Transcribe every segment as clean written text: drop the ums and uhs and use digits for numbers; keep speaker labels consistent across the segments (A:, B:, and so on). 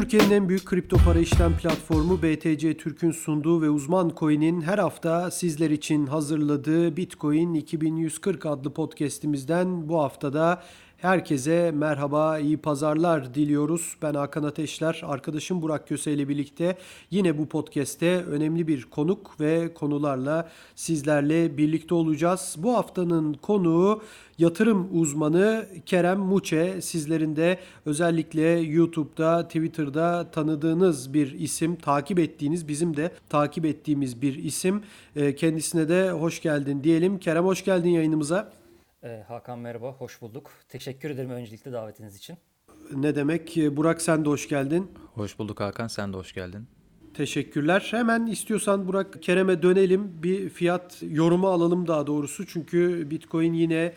A: Türkiye'nin en büyük kripto para işlem platformu BTC Türk'ün sunduğu ve uzman coin'in her hafta sizler için hazırladığı Bitcoin 2140 adlı podcast'imizden bu haftada herkese merhaba, iyi pazarlar diliyoruz. Ben Hakan Ateşler, arkadaşım Burak Köse ile birlikte yine bu podcast'te önemli bir konuk ve konularla sizlerle birlikte olacağız. Bu haftanın konuğu yatırım uzmanı Kerem Muçe. Sizlerin de özellikle YouTube'da, Twitter'da tanıdığınız bir isim, takip ettiğiniz, bizim de takip ettiğimiz bir isim. Kendisine de hoş geldin diyelim. Kerem, hoş geldin yayınımıza.
B: Hakan merhaba, hoş bulduk. Teşekkür ederim öncelikle davetiniz için.
A: Ne demek? Burak, sen de hoş geldin.
C: Hoş bulduk Hakan, sen de hoş geldin.
A: Teşekkürler. Hemen istiyorsan Burak, Kerem'e dönelim. Bir fiyat yorumu alalım daha doğrusu. Çünkü Bitcoin yine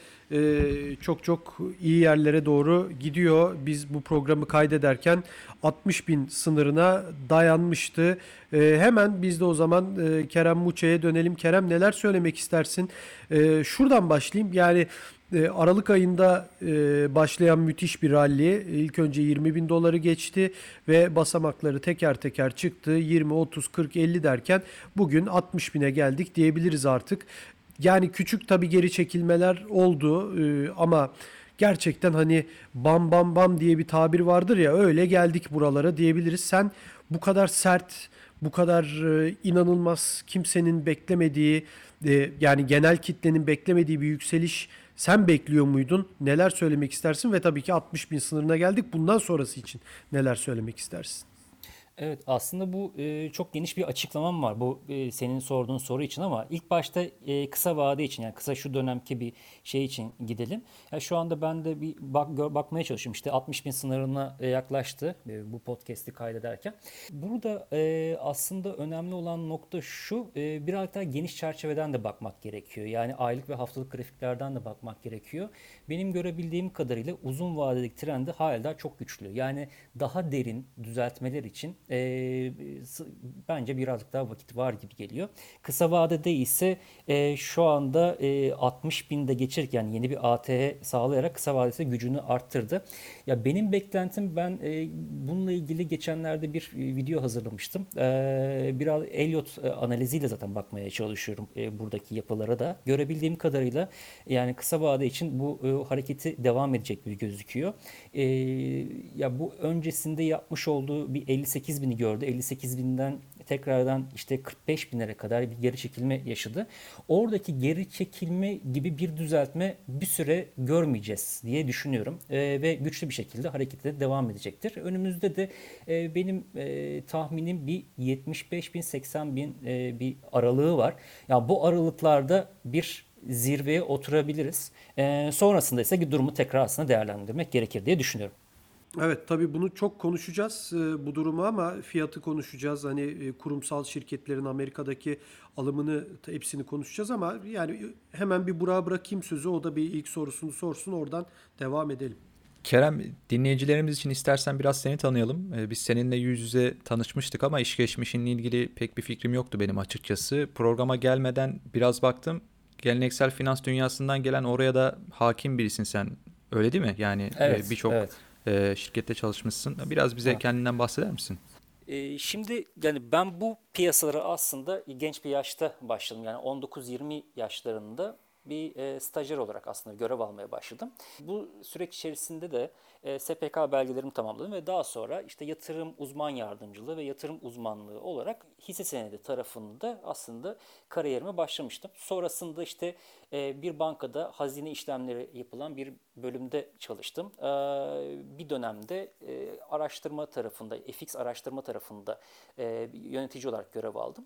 A: çok iyi yerlere doğru gidiyor. Biz bu programı kaydederken 60 bin sınırına dayanmıştı. Hemen biz de o zaman Kerem Muçe'ye dönelim. Kerem, neler söylemek istersin? Şuradan başlayayım. Yani Aralık ayında başlayan müthiş bir rally. İlk önce 20 bin doları geçti ve basamakları teker teker çıktı. 20, 30, 40, 50 derken bugün 60 bine geldik diyebiliriz artık. Yani küçük tabii geri çekilmeler oldu ama gerçekten hani bam bam bam diye bir tabir vardır ya, öyle geldik buralara diyebiliriz. Sen bu kadar sert, bu kadar inanılmaz, kimsenin beklemediği, yani genel kitlenin beklemediği bir yükseliş sen bekliyor muydun? Neler söylemek istersin? Ve tabii ki 60 bin sınırına geldik. Bundan sonrası için neler söylemek istersin?
B: Evet, aslında bu çok geniş bir açıklamam var bu senin sorduğun soru için, ama ilk başta kısa vade için, yani kısa şu dönemki bir şey için gidelim. Ya şu anda ben de bir bakmaya çalışıyorum, işte 60 bin sınırına yaklaştı bu podcast'i kaydederken. Burada aslında önemli olan nokta şu, biraz daha geniş çerçeveden de bakmak gerekiyor. Yani aylık ve haftalık grafiklerden de bakmak gerekiyor. Benim görebildiğim kadarıyla uzun vadedeki trendi hala çok güçlü. Yani daha derin düzeltmeler için bence birazcık daha vakit var gibi geliyor. Kısa vadede ise şu anda 60 binde geçirken yeni bir ATH sağlayarak kısa vadede gücünü arttırdı. Ya benim beklentim, ben bununla ilgili geçenlerde bir video hazırlamıştım. Biraz Elliott analiziyle zaten bakmaya çalışıyorum buradaki yapılara da. Görebildiğim kadarıyla yani kısa vade için bu hareketi devam edecek gibi gözüküyor. Ya bu öncesinde yapmış olduğu bir 58 bini gördü. 58 binden tekrardan işte 45 binlere kadar bir geri çekilme yaşadı. Oradaki geri çekilme gibi bir düzeltme bir süre görmeyeceğiz diye düşünüyorum. Ve güçlü bir şekilde harekete devam edecektir. Önümüzde de benim tahminim bir 75 bin 80 bin bir aralığı var. Ya bu aralıklarda bir zirveye oturabiliriz. Sonrasında ise durumu tekrar aslında değerlendirmek gerekir diye düşünüyorum.
A: Evet, tabii bunu çok konuşacağız bu durumu, ama fiyatı konuşacağız. Hani kurumsal şirketlerin Amerika'daki alımını, hepsini konuşacağız, ama yani hemen bir Burak'a bırakayım sözü. O da bir ilk sorusunu sorsun, oradan devam edelim.
C: Kerem, dinleyicilerimiz için istersen biraz seni tanıyalım. Biz seninle yüz yüze tanışmıştık ama iş geçmişinle ilgili pek bir fikrim yoktu benim açıkçası. Programa gelmeden biraz baktım. Geleneksel finans dünyasından gelen, oraya da hakim birisin sen. Öyle değil mi? Yani
B: Evet,
C: birçok
B: evet.
C: şirkette çalışmışsın. Biraz bize
B: Evet.
C: kendinden bahseder misin?
B: Şimdi yani ben bu piyasalara aslında genç bir yaşta başladım. Yani 19-20 yaşlarında bir stajyer olarak aslında görev almaya başladım. Bu süreç içerisinde de SPK belgelerimi tamamladım ve daha sonra işte yatırım uzman yardımcılığı ve yatırım uzmanlığı olarak hisse senedi tarafında aslında kariyerime başlamıştım. Sonrasında işte bir bankada hazine işlemleri yapılan bir bölümde çalıştım. Bir dönemde araştırma tarafında, FX araştırma tarafında yönetici olarak görev aldım.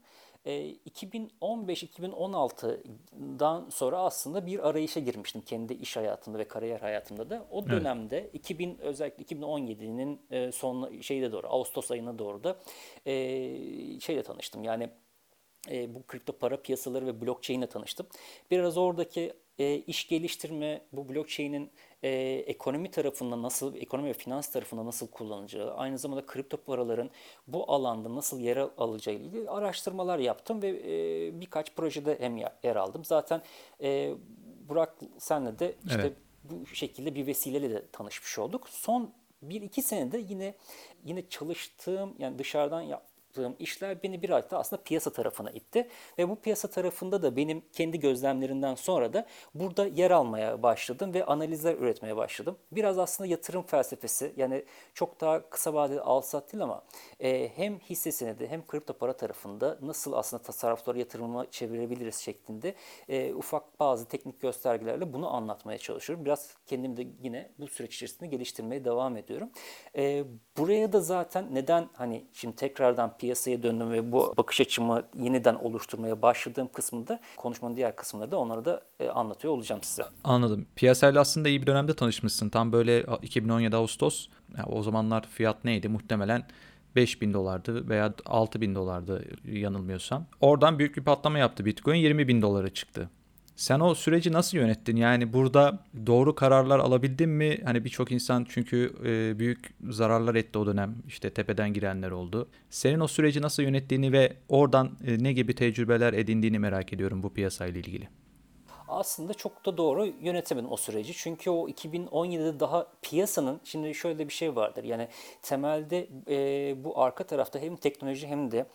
B: 2015-2016'dan sonra aslında bir arayışa girmiştim kendi iş hayatımda ve kariyer hayatımda da. O
C: Evet.
B: dönemde özellikle 2017'nin son şeyde doğru, Ağustos ayına doğru da şeyle tanıştım. Yani bu kripto para piyasaları ve blockchain ile tanıştım. Biraz oradaki iş geliştirme, bu blockchain'in ekonomi tarafında nasıl, ekonomi ve finans tarafında nasıl kullanılacağı, aynı zamanda kripto paraların bu alanda nasıl yer alacağı ile ilgili araştırmalar yaptım ve birkaç projede hem yer aldım. Zaten Burak senle de işte
C: Evet.
B: bu şekilde bir vesileyle de tanışmış olduk. Son Bir iki senede yine çalıştığım, yani dışarıdan yaptığım işler beni biraz da aslında piyasa tarafına itti. Ve bu piyasa tarafında da benim kendi gözlemlerimden sonra da burada yer almaya başladım ve analizler üretmeye başladım. Biraz aslında yatırım felsefesi, yani çok daha kısa vadeli al sat değil ama hem hisse senedi hem kripto para tarafında nasıl aslında tasarrufları yatırıma çevirebiliriz şeklinde ufak bazı teknik göstergelerle bunu anlatmaya çalışıyorum. Biraz kendimi de yine bu süreç içerisinde geliştirmeye devam ediyorum. Buraya da zaten neden hani şimdi tekrardan piyasaya döndüm ve bu bakış açımı yeniden oluşturmaya başladığım kısmında, konuşmanın diğer kısımlarında onları da anlatıyor olacağım size.
C: Anladım. Piyasayla aslında iyi bir dönemde tanışmışsın. Tam böyle 2017 Ağustos. Ya o zamanlar fiyat neydi? Muhtemelen 5.000 dolardı veya 6.000 dolardı yanılmıyorsam. Oradan büyük bir patlama yaptı Bitcoin. 20.000 dolara çıktı. Sen o süreci nasıl yönettin? Yani burada doğru kararlar alabildin mi? Hani birçok insan çünkü büyük zararlar etti o dönem. İşte tepeden girenler oldu. Senin o süreci nasıl yönettiğini ve oradan ne gibi tecrübeler edindiğini merak ediyorum bu piyasayla ilgili.
B: Aslında çok da doğru yönetemedim o süreci. Çünkü o 2017'de daha piyasanın, şimdi şöyle bir şey vardır. Yani temelde bu arka tarafta hem teknoloji hem de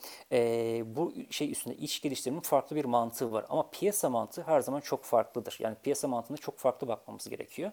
B: bu şey üstünde iş geliştirmenin farklı bir mantığı var. Ama piyasa mantığı her zaman çok farklıdır. Yani piyasa mantığına çok farklı bakmamız gerekiyor.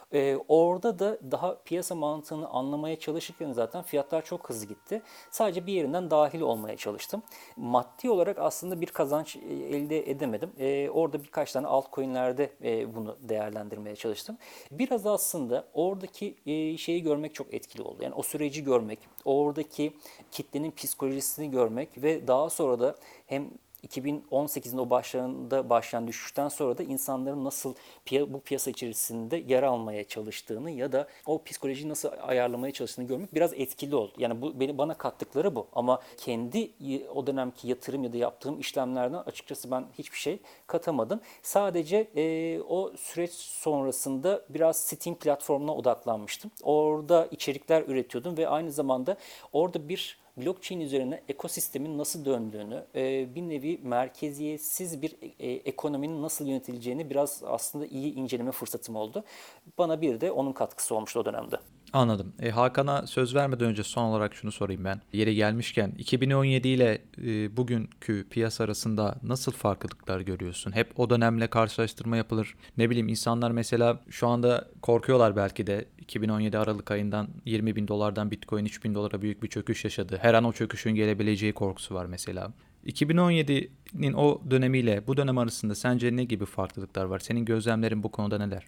B: Orada da daha piyasa mantığını anlamaya çalışırken zaten fiyatlar çok hızlı gitti. Sadece bir yerinden dahil olmaya çalıştım. Maddi olarak aslında bir kazanç elde edemedim. Orada birkaç tane altcoin'lerde bunu değerlendirmeye çalıştım. Biraz aslında oradaki şeyi görmek çok etkili oldu. Yani o süreci görmek, oradaki kitlenin psikolojisini görmek ve daha sonra da hem 2018'in o başlarında başlayan düşüşten sonra da insanların nasıl bu piyasa içerisinde yer almaya çalıştığını ya da o psikolojiyi nasıl ayarlamaya çalıştığını görmek biraz etkili oldu. Yani bu bana kattıkları bu. Ama kendi o dönemki yatırım ya da yaptığım işlemlerden açıkçası ben hiçbir şey katamadım. Sadece o süreç sonrasında biraz Steam platformuna odaklanmıştım. Orada içerikler üretiyordum ve aynı zamanda orada bir blockchain üzerine ekosistemin nasıl döndüğünü, bir nevi merkeziyetsiz bir ekonominin nasıl yönetileceğini biraz aslında iyi inceleme fırsatım oldu. Bana bir de onun katkısı olmuştu o dönemde.
C: Anladım. Hakan'a söz vermeden önce son olarak şunu sorayım ben. Yeri gelmişken 2017 ile bugünkü piyasa arasında nasıl farklılıklar görüyorsun? Hep o dönemle karşılaştırma yapılır. Ne bileyim insanlar mesela şu anda korkuyorlar belki de 2017 Aralık ayından 20 bin dolardan Bitcoin 3 bin dolara büyük bir çöküş yaşadı. Her an o çöküşün gelebileceği korkusu var mesela. 2017'nin o dönemiyle bu dönem arasında sence ne gibi farklılıklar var? Senin gözlemlerin bu konuda neler?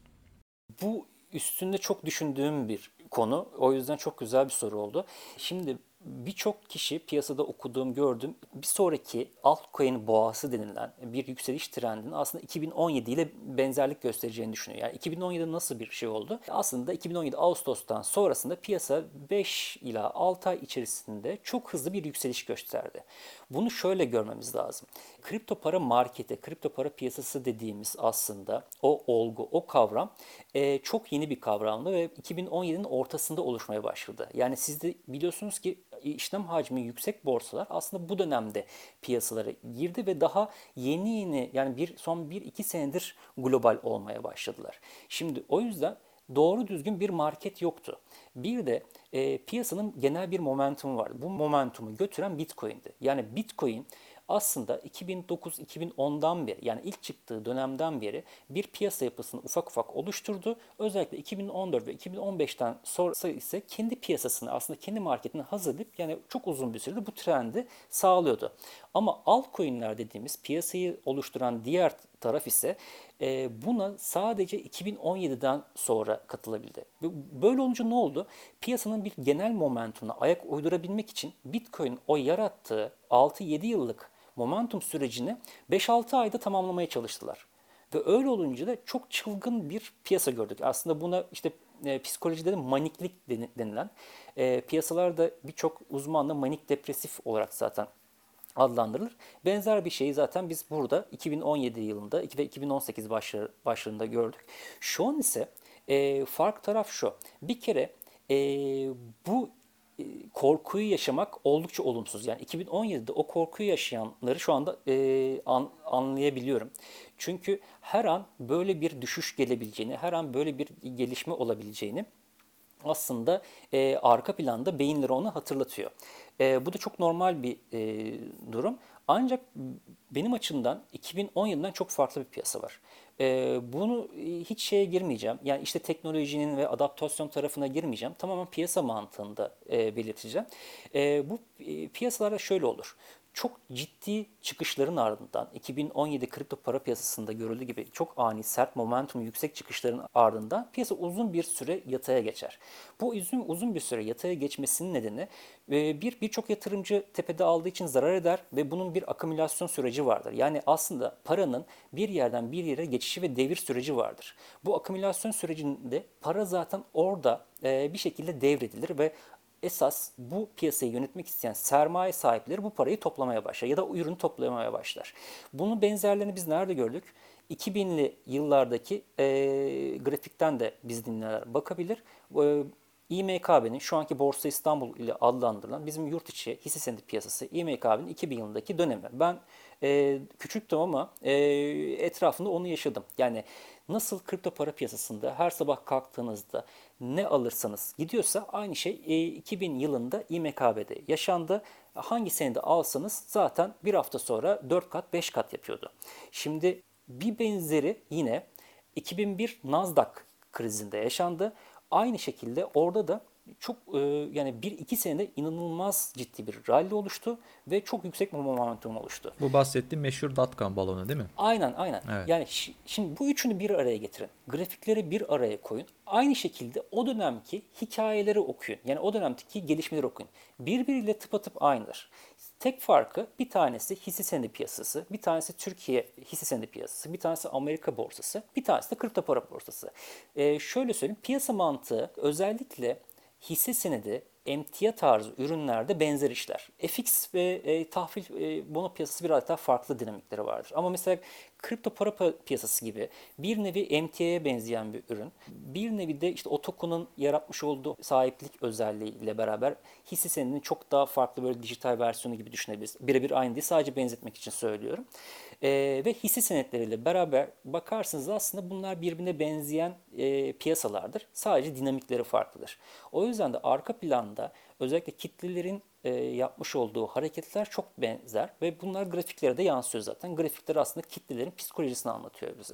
B: Bu üstünde çok düşündüğüm bir konu. O yüzden çok güzel bir soru oldu. Şimdi birçok kişi piyasada okuduğum, gördüğüm bir sonraki altcoin boğası denilen bir yükseliş trendinin aslında 2017 ile benzerlik göstereceğini düşünüyor. Yani 2017'de nasıl bir şey oldu? Aslında 2017 Ağustos'tan sonrasında piyasa 5 ila 6 ay içerisinde çok hızlı bir yükseliş gösterdi. Bunu şöyle görmemiz lazım. Kripto para marketi, kripto para piyasası dediğimiz aslında o olgu, o kavram çok yeni bir kavramdı ve 2017'nin ortasında oluşmaya başladı. Yani siz de biliyorsunuz ki işlem hacmi yüksek borsalar aslında bu dönemde piyasalara girdi ve daha yeni yani son 1-2 senedir global olmaya başladılar. Şimdi o yüzden doğru düzgün bir market yoktu. Bir de piyasanın genel bir momentumu vardı. Bu momentumu götüren Bitcoin'di. Yani Bitcoin aslında 2009-2010'dan beri, yani ilk çıktığı dönemden beri bir piyasa yapısını ufak ufak oluşturdu. Özellikle 2014 ve 2015'ten sonra ise kendi piyasasını, aslında kendi marketini hazırlayıp yani çok uzun bir sürede bu trendi sağlıyordu. Ama altcoin'ler dediğimiz piyasayı oluşturan diğer taraf ise buna sadece 2017'den sonra katılabildi. Böyle olunca ne oldu? Piyasanın bir genel momentumuna ayak uydurabilmek için Bitcoin o yarattığı 6-7 yıllık momentum sürecini 5-6 ayda tamamlamaya çalıştılar. Ve öyle olunca da çok çılgın bir piyasa gördük. Aslında buna işte psikolojide de maniklik denilen, piyasalarda birçok uzmanla manik depresif olarak zaten adlandırılır. Benzer bir şeyi zaten biz burada 2017 yılında ve 2018 başlarında gördük. Şu an ise fark taraf şu. Bir kere e, bu korkuyu yaşamak oldukça olumsuz. Yani 2017'de o korkuyu yaşayanları şu anda anlayabiliyorum. Çünkü her an böyle bir düşüş gelebileceğini, her an böyle bir gelişme olabileceğini aslında arka planda beyinleri onu hatırlatıyor. Bu da çok normal bir durum. Ancak benim açımdan 2010 yılından çok farklı bir piyasa var. Bunu hiç şeye girmeyeceğim. Yani işte teknolojinin ve adaptasyon tarafına girmeyeceğim. Tamamen piyasa mantığında belirteceğim. Bu piyasalarda şöyle olur. Çok ciddi çıkışların ardından 2017 kripto para piyasasında görüldüğü gibi çok ani, sert, momentum yüksek çıkışların ardından piyasa uzun bir süre yataya geçer. Bu uzun bir süre yataya geçmesinin nedeni birçok yatırımcı tepede aldığı için zarar eder ve bunun bir akümülasyon süreci vardır. Yani aslında paranın bir yerden bir yere geçişi ve devir süreci vardır. Bu akümülasyon sürecinde para zaten orada bir şekilde devredilir ve esas bu piyasayı yönetmek isteyen sermaye sahipleri bu parayı toplamaya başlar ya da o ürünü toplamaya başlar. Bunun benzerlerini biz nerede gördük? 2000'li yıllardaki grafikten de biz dinleyenler bakabilir. İMKB'nin şu anki Borsa İstanbul ile adlandırılan bizim yurt içi hisse senedi piyasası İMKB'nin 2000 yılındaki dönemi. Ben küçüktüm ama etrafında onu yaşadım. Yani nasıl kripto para piyasasında her sabah kalktığınızda ne alırsanız gidiyorsa aynı şey 2000 yılında İMKB'de yaşandı. Hangi senede alsanız zaten bir hafta sonra 4 kat 5 kat yapıyordu. Şimdi bir benzeri yine 2001 Nasdaq krizinde yaşandı. Aynı şekilde orada da çok yani 1-2 senede inanılmaz ciddi bir rally oluştu ve çok yüksek bir momentum oluştu.
C: Bu bahsettiğim meşhur dot-com balonu değil mi?
B: Aynen aynen.
C: Evet.
B: Yani şimdi bu üçünü bir araya getirin. Grafikleri bir araya koyun. Aynı şekilde o dönemki hikayeleri okuyun. Yani o dönemdeki gelişmeleri okuyun. Birbiriyle tıpatıp aynıdır. Tek farkı bir tanesi hisse senedi piyasası, bir tanesi Türkiye hisse senedi piyasası, bir tanesi Amerika borsası, bir tanesi de kripto para borsası. Şöyle söyleyeyim, piyasa mantığı özellikle hisse senedi, emtia tarzı ürünlerde benzer işler. FX ve tahvil bono piyasası biraz daha farklı dinamikleri vardır. Ama mesela kripto para piyasası gibi bir nevi emtiaya benzeyen bir ürün. Bir nevi de işte o token'ın yaratmış olduğu sahiplik özelliğiyle beraber hisse senedinin çok daha farklı böyle dijital versiyonu gibi düşünebiliriz. Birebir aynı değil, sadece benzetmek için söylüyorum. Ve hisse senetleriyle beraber bakarsınız aslında bunlar birbirine benzeyen piyasalardır. Sadece dinamikleri farklıdır. O yüzden de arka planda özellikle kitlelerin yapmış olduğu hareketler çok benzer ve bunlar grafiklere de yansıyor zaten. Grafikler aslında kitlelerin psikolojisini anlatıyor bize.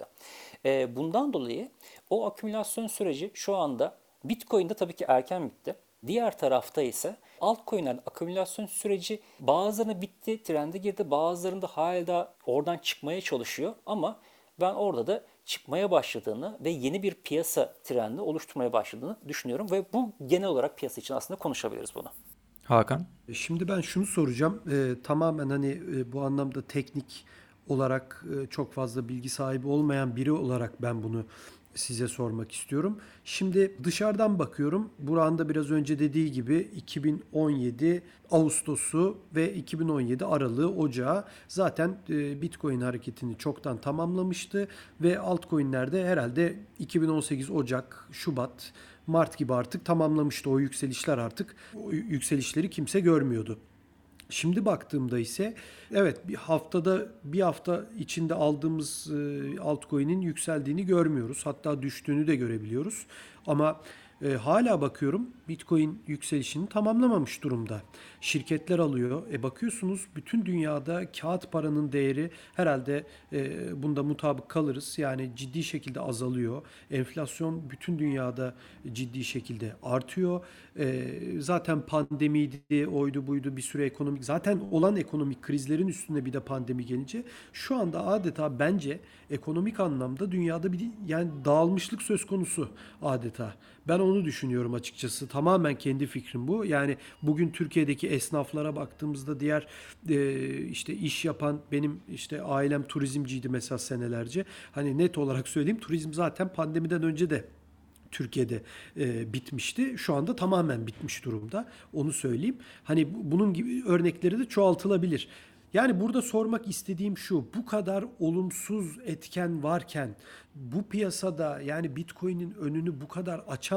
B: Bundan dolayı o akümülasyon süreci şu anda Bitcoin'de tabii ki erken bitti. Diğer tarafta ise altcoin'lerin akümülasyon süreci bazılarına bitti, trende girdi, bazılarında hala oradan çıkmaya çalışıyor ama ben orada da çıkmaya başladığını ve yeni bir piyasa trendi oluşturmaya başladığını düşünüyorum ve bu genel olarak piyasa için aslında konuşabiliriz bunu.
C: Hakan?
A: Şimdi ben şunu soracağım. Tamamen hani bu anlamda teknik olarak çok fazla bilgi sahibi olmayan biri olarak ben bunu size sormak istiyorum. Şimdi dışarıdan bakıyorum. Burak'ın da biraz önce dediği gibi 2017 Ağustos'u ve 2017 Aralığı, Ocağı zaten Bitcoin hareketini çoktan tamamlamıştı ve altcoin'lerde herhalde 2018 Ocak, Şubat, Mart gibi artık tamamlamıştı o yükselişler artık. O yükselişleri kimse görmüyordu. Şimdi baktığımda ise evet bir hafta içinde aldığımız altcoin'in yükseldiğini görmüyoruz. Hatta düştüğünü de görebiliyoruz. Ama hala bakıyorum Bitcoin yükselişini tamamlamamış durumda. Şirketler alıyor. Bakıyorsunuz bütün dünyada kağıt paranın değeri herhalde bunda mutabık kalırız. Yani ciddi şekilde azalıyor. Enflasyon bütün dünyada ciddi şekilde artıyor. Zaten pandemiydi, oydu buydu bir sürü ekonomik zaten olan ekonomik krizlerin üstüne bir de pandemi gelince şu anda adeta bence ekonomik anlamda dünyada bir yani dağılmışlık söz konusu adeta. Ben onu düşünüyorum açıkçası. Tamamen kendi fikrim bu. Yani bugün Türkiye'deki esnaflara baktığımızda diğer işte iş yapan benim işte ailem turizmciydi mesela senelerce. Hani net olarak söyleyeyim turizm zaten pandemiden önce de Türkiye'de bitmişti. Şu anda tamamen bitmiş durumda. Onu söyleyeyim. Hani bunun gibi örnekleri de çoğaltılabilir. Yani burada sormak istediğim şu, bu kadar olumsuz etken varken bu piyasada yani Bitcoin'in önünü bu kadar açan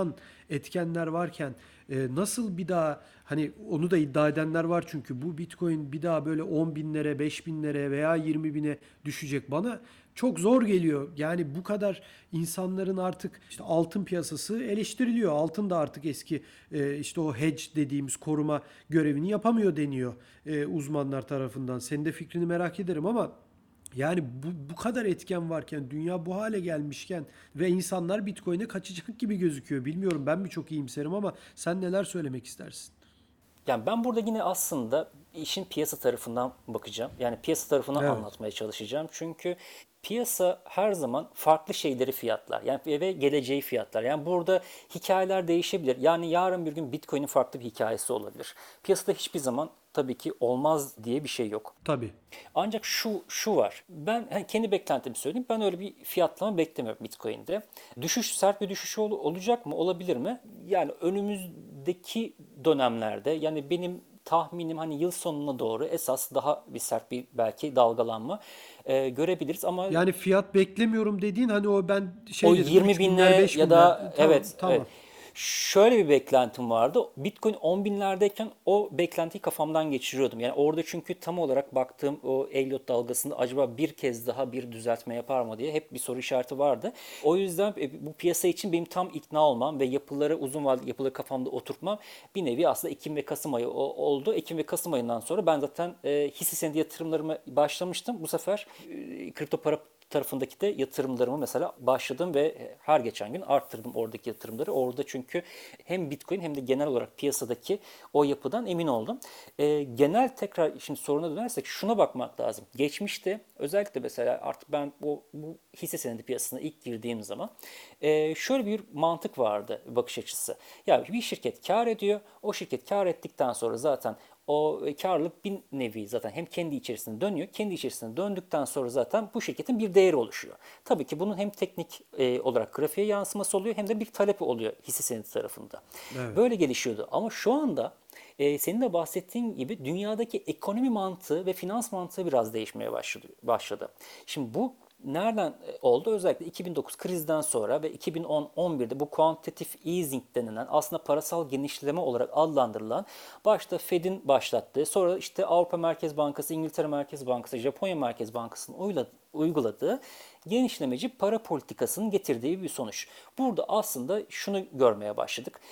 A: etkenler varken nasıl bir daha, hani onu da iddia edenler var çünkü, bu Bitcoin bir daha böyle 10 binlere, 5 binlere veya 20 bine düşecek, bana çok zor geliyor. Yani bu kadar insanların artık, işte altın piyasası eleştiriliyor. Altın da artık eski işte o hedge dediğimiz koruma görevini yapamıyor deniyor uzmanlar tarafından. Senin de fikrini merak ederim ama yani bu kadar etken varken, dünya bu hale gelmişken ve insanlar Bitcoin'e kaçacak gibi gözüküyor. Bilmiyorum, ben mi çok iyimserim ama sen neler söylemek istersin?
B: Yani ben burada yine aslında işin piyasa tarafından bakacağım. Yani piyasa tarafını
A: Evet.
B: anlatmaya çalışacağım. Çünkü piyasa her zaman farklı şeyleri fiyatlar. Yani ve geleceği fiyatlar. Yani burada hikayeler değişebilir. Yani yarın bir gün Bitcoin'in farklı bir hikayesi olabilir. Piyasada hiçbir zaman tabii ki olmaz diye bir şey yok.
A: Tabii.
B: Ancak şu var. Ben kendi beklentimi söyleyeyim. Ben öyle bir fiyatlama beklemiyorum Bitcoin'de. Sert bir düşüş olacak mı? Olabilir mi? Yani önümüzdeki dönemlerde, yani benim tahminim hani yıl sonuna doğru esas daha bir sert bir belki dalgalanma görebiliriz ama
A: Yani fiyat beklemiyorum dediğin, hani o ben
B: o
A: şey dedim,
B: 20
A: 3 binler
B: binlere
A: 5
B: ya
A: binler,
B: da
A: tamam
B: evet, evet.
A: tamam.
B: Şöyle bir beklentim vardı. Bitcoin 10 binlerdeyken o beklentiyi kafamdan geçiriyordum. Yani orada çünkü tam olarak baktığım o Elliott dalgasında acaba bir kez daha bir düzeltme yapar mı diye hep bir soru işareti vardı. O yüzden bu piyasa için benim tam ikna olmam ve uzun vadeli yapıları kafamda oturtmam bir nevi aslında Ekim ve Kasım ayı oldu. Ekim ve Kasım ayından sonra ben zaten hisse senedi yatırımlarıma başlamıştım. Bu sefer kripto para tarafındaki de yatırımlarımı mesela başladım ve her geçen gün arttırdım oradaki yatırımları. Orada çünkü hem Bitcoin hem de genel olarak piyasadaki o yapıdan emin oldum. Genel tekrar şimdi soruna dönersek şuna bakmak lazım. Geçmişte özellikle mesela artık ben bu hisse senedi piyasasına ilk girdiğim zaman şöyle bir mantık vardı, bakış açısı. Ya bir şirket kar ediyor. O şirket kar ettikten sonra zaten o karlılık bir nevi zaten hem kendi içerisinde dönüyor. Kendi içerisinde döndükten sonra zaten bu şirketin bir değeri oluşuyor. Tabii ki bunun hem teknik olarak grafiğe yansıması oluyor hem de bir talep oluyor hisse senedi tarafında.
A: Evet.
B: Böyle gelişiyordu. Ama şu anda senin de bahsettiğin gibi dünyadaki ekonomi mantığı ve finans mantığı biraz değişmeye başladı. Şimdi bu nereden oldu? Özellikle 2009 krizden sonra ve 2010-11'de bu quantitative easing denilen aslında parasal genişleme olarak adlandırılan başta Fed'in başlattığı, sonra işte Avrupa Merkez Bankası, İngiltere Merkez Bankası, Japonya Merkez Bankası'nın uyguladığı genişlemeci para politikasının getirdiği bir sonuç. Burada aslında şunu görmeye başladık.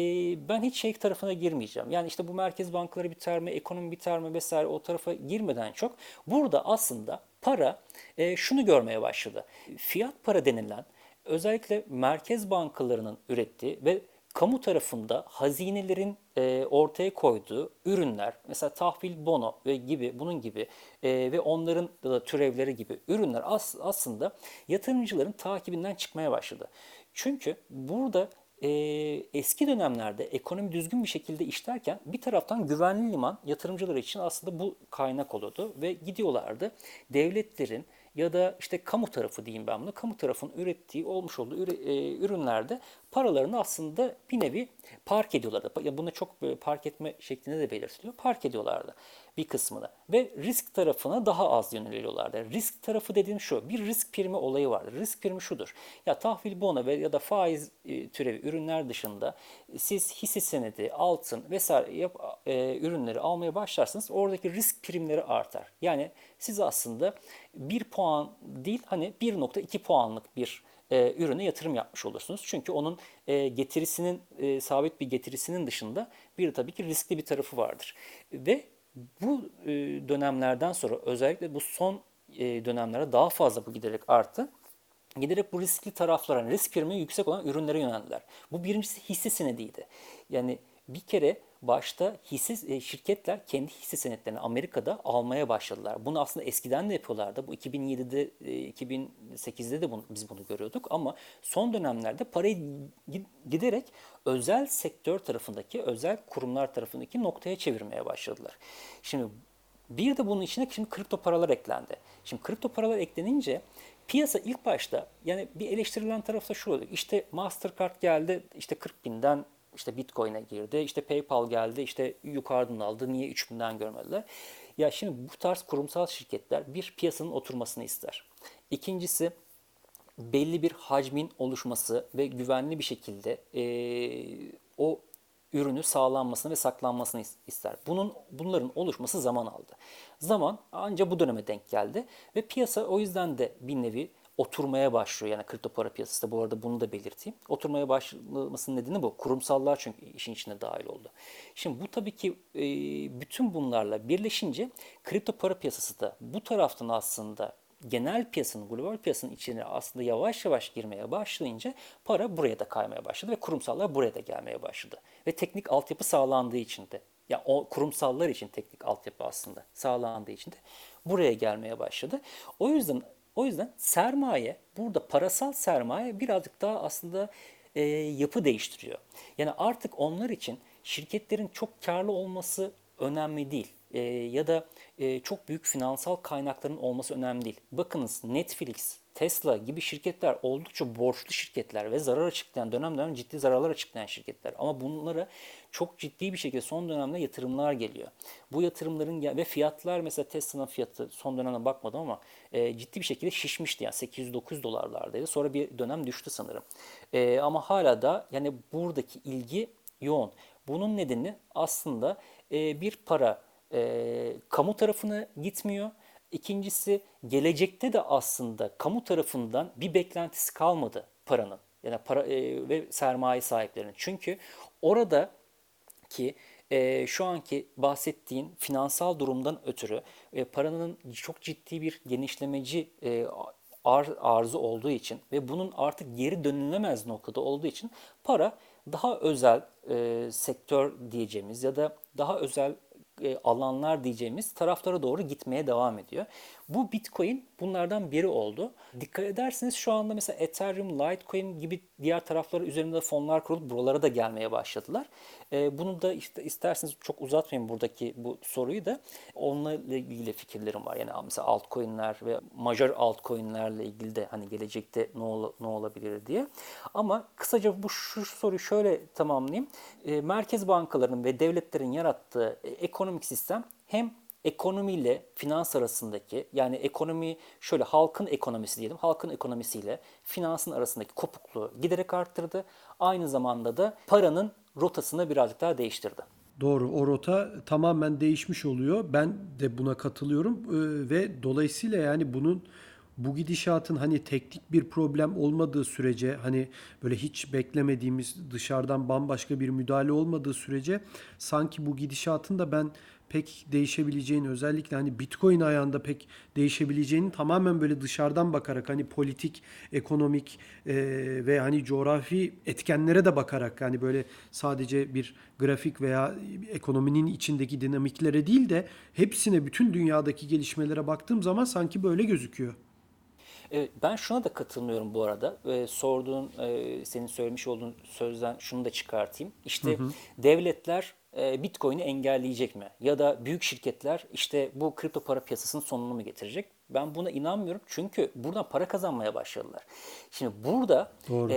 B: Ben hiç şey tarafına girmeyeceğim. Yani işte bu merkez bankaları biter mi, ekonomi biter mi vesaire, o tarafa girmeden çok burada aslında para şunu görmeye başladı. Fiyat para denilen özellikle merkez bankalarının ürettiği ve kamu tarafında hazinelerin ortaya koyduğu ürünler, mesela tahvil, bono ve gibi bunun gibi ve onların da türevleri gibi ürünler aslında yatırımcıların takibinden çıkmaya başladı. Çünkü burada eski dönemlerde ekonomi düzgün bir şekilde işlerken bir taraftan güvenli liman yatırımcılar için aslında bu kaynak oluyordu ve gidiyorlardı. Devletlerin ya da işte kamu tarafı diyeyim ben bunu. Kamu tarafının ürettiği olmuş olduğu ürünlerde paralarını aslında bir nevi park ediyorlardı. Ya bunu çok böyle park etme şeklinde de belirtiliyor. Park ediyorlardı bir kısmını ve risk tarafına daha az yöneliyorlardı. Risk tarafı dediğim şu, bir risk primi olayı vardır. Risk primi şudur. Ya tahvil, bono ve ya da faiz türevi ürünler dışında siz hisse senedi, altın vesaire ürünleri almaya başlarsınız. Oradaki risk primleri artar. Yani siz aslında 1 puan değil, hani 1,2 puanlık bir ürüne yatırım yapmış olursunuz. Çünkü onun getirisinin sabit bir getirisinin dışında bir tabii ki riskli bir tarafı vardır. Ve bu dönemlerden sonra özellikle bu son dönemlerde daha fazla bu giderek arttı. Giderek bu riskli taraflara, yani risk primi yüksek olan ürünlere yöneldiler. Bu birincisi hisse senediydi. Yani bir kere başta şirketler kendi hisse senetlerini Amerika'da almaya başladılar. Bunu aslında eskiden de yapıyorlardı. Bu 2007'de, 2008'de de biz bunu görüyorduk ama son dönemlerde parayı giderek özel sektör tarafındaki, özel kurumlar tarafındaki noktaya çevirmeye başladılar. Şimdi bir de bunun içine şimdi kripto paralar eklendi. Şimdi kripto paralar eklenince piyasa ilk başta, yani bir eleştirilen tarafı da şu oldu. İşte Mastercard geldi, işte 40 binden işte Bitcoin'e girdi. İşte PayPal geldi, işte yukarıdan aldı. Niye 3 binden görmediler? Ya şimdi bu tarz kurumsal şirketler bir piyasanın oturmasını ister. İkincisi, belli bir hacmin oluşması ve güvenli bir şekilde o ürünü sağlanmasını ve saklanmasını ister. Bunların oluşması zaman aldı. Zaman ancak bu döneme denk geldi ve piyasa o yüzden de bir nevi oturmaya başlıyor. Yani kripto para piyasası da, bu arada bunu da belirteyim. Oturmaya başlamasının nedeni bu. Kurumsallar çünkü işin içine dahil oldu. Şimdi bu tabii ki bütün bunlarla birleşince kripto para piyasası da bu taraftan aslında genel piyasanın, global piyasanın içine aslında yavaş yavaş girmeye başlayınca para buraya da kaymaya başladı ve kurumsallar buraya da gelmeye başladı. Ve teknik altyapı sağlandığı için de, ya o kurumsallar için teknik altyapı aslında sağlandığı için de buraya gelmeye başladı. O yüzden sermaye, burada parasal sermaye birazcık daha aslında yapı değiştiriyor. Yani artık onlar için şirketlerin çok karlı olması önemli değil. Ya da çok büyük finansal kaynakların olması önemli değil. Bakınız, Netflix, Tesla gibi şirketler oldukça borçlu şirketler ve zarar açıklayan, dönem dönem ciddi zararlar açıklayan şirketler. Ama bunlara çok ciddi bir şekilde son dönemde yatırımlar geliyor. Bu yatırımların ve fiyatlar, mesela Tesla'nın fiyatı son dönemde bakmadım ama ciddi bir şekilde şişmişti. Yani 800-900 dolarlardaydı. Sonra bir dönem düştü sanırım. Ama hala da yani buradaki ilgi yoğun. Bunun nedeni aslında bir para kamu tarafına gitmiyor. İkincisi, gelecekte de aslında kamu tarafından bir beklentisi kalmadı paranın. Yani para ve sermaye sahiplerinin. Çünkü oradaki şu anki bahsettiğin finansal durumdan ötürü paranın çok ciddi bir genişlemeci arzı olduğu için ve bunun artık geri dönülemez noktada olduğu için para daha özel sektör diyeceğimiz ya da daha özel alanlar diyeceğimiz taraflara doğru gitmeye devam ediyor. Bu Bitcoin bunlardan biri oldu. Dikkat ederseniz şu anda mesela Ethereum, Litecoin gibi diğer tarafları üzerinde fonlar kurulup buralara da gelmeye başladılar. Bunu da işte isterseniz çok uzatmayayım buradaki bu soruyu da, onunla ilgili fikirlerim var. Yani mesela altcoin'ler ve major altcoin'lerle ilgili de hani gelecekte ne olabilir diye. Ama kısaca şu soruyu şöyle tamamlayayım. Merkez bankalarının ve devletlerin yarattığı ekonomik sistem hem ekonomiyle finans arasındaki, yani ekonomi şöyle, halkın ekonomisi diyelim, halkın ekonomisiyle finansın arasındaki kopukluğu giderek arttırdı. Aynı zamanda da paranın rotasını birazcık daha değiştirdi.
A: Doğru, o rota tamamen değişmiş oluyor. Ben de buna katılıyorum. Ve dolayısıyla yani bu gidişatın hani teknik bir problem olmadığı sürece, hani böyle hiç beklemediğimiz dışarıdan bambaşka bir müdahale olmadığı sürece sanki bu gidişatın da ben pek değişebileceğini, özellikle hani Bitcoin ayağında pek değişebileceğini, tamamen böyle dışarıdan bakarak, hani politik, ekonomik ve hani coğrafi etkenlere de bakarak, hani böyle sadece bir grafik veya ekonominin içindeki dinamiklere değil de hepsine, bütün dünyadaki gelişmelere baktığım zaman sanki böyle gözüküyor.
B: Ben şuna da katılmıyorum bu arada. Senin söylemiş olduğun sözden şunu da çıkartayım. İşte devletler Bitcoin'i engelleyecek mi? Ya da büyük şirketler işte bu kripto para piyasasının sonunu mu getirecek? Ben buna inanmıyorum. Çünkü buradan para kazanmaya başladılar. Şimdi burada
A: Doğru.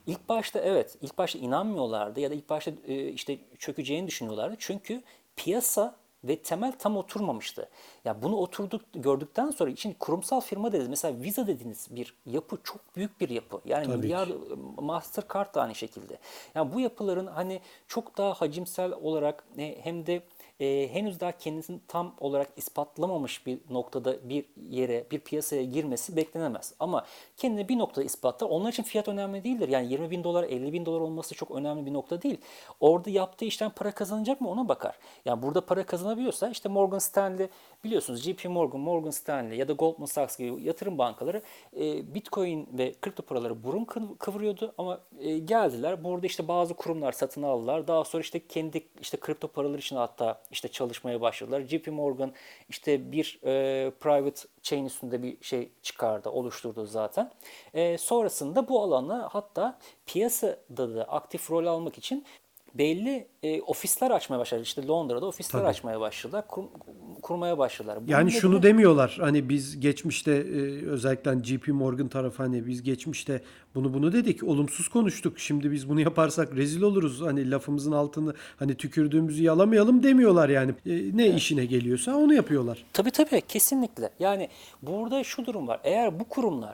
B: ilk başta inanmıyorlardı ya da ilk başta işte çökeceğini düşünüyorlardı. Çünkü piyasa ve temel tam oturmamıştı. Ya bunu gördükten sonra için kurumsal firma dediniz. Mesela Visa dediğiniz bir yapı çok büyük bir yapı. Yani
A: Tabii
B: milyar,
A: ki.
B: Mastercard da aynı şekilde. Yani bu yapıların hani çok daha hacimsel olarak hem de henüz daha kendisini tam olarak ispatlamamış bir noktada bir yere, bir piyasaya girmesi beklenemez. Ama kendini bir noktada ispatlar. Onlar için fiyat önemli değildir. Yani 20 bin dolar, 50 bin dolar olması çok önemli bir nokta değil. Orada yaptığı işten para kazanacak mı, ona bakar. Yani burada para kazanabiliyorsa, işte Morgan Stanley, biliyorsunuz JP Morgan, Morgan Stanley ya da Goldman Sachs gibi yatırım bankaları Bitcoin ve kripto paraları burun kıvırıyordu ama geldiler. Burada işte bazı kurumlar satın aldılar. Daha sonra işte kendi işte kripto paralar için hatta işte çalışmaya başladılar. JP Morgan işte bir private chain üstünde bir şey çıkardı, oluşturdu zaten. Sonrasında bu alana, hatta piyasada da aktif rol almak için belli ofisler açmaya başladı. İşte Londra'da ofisler
A: Tabii.
B: açmaya başladılar, kurmaya başladılar. Bunun
A: Yani şunu
B: nedeni
A: demiyorlar, hani biz geçmişte özellikle hani JP Morgan tarafı, hani biz geçmişte bunu dedik, olumsuz konuştuk, şimdi biz bunu yaparsak rezil oluruz, hani lafımızın altını, hani tükürdüğümüzü yalamayalım demiyorlar yani. Ne işine geliyorsa onu yapıyorlar.
B: tabii tabii, kesinlikle. Yani burada şu durum var. Eğer bu kurumlar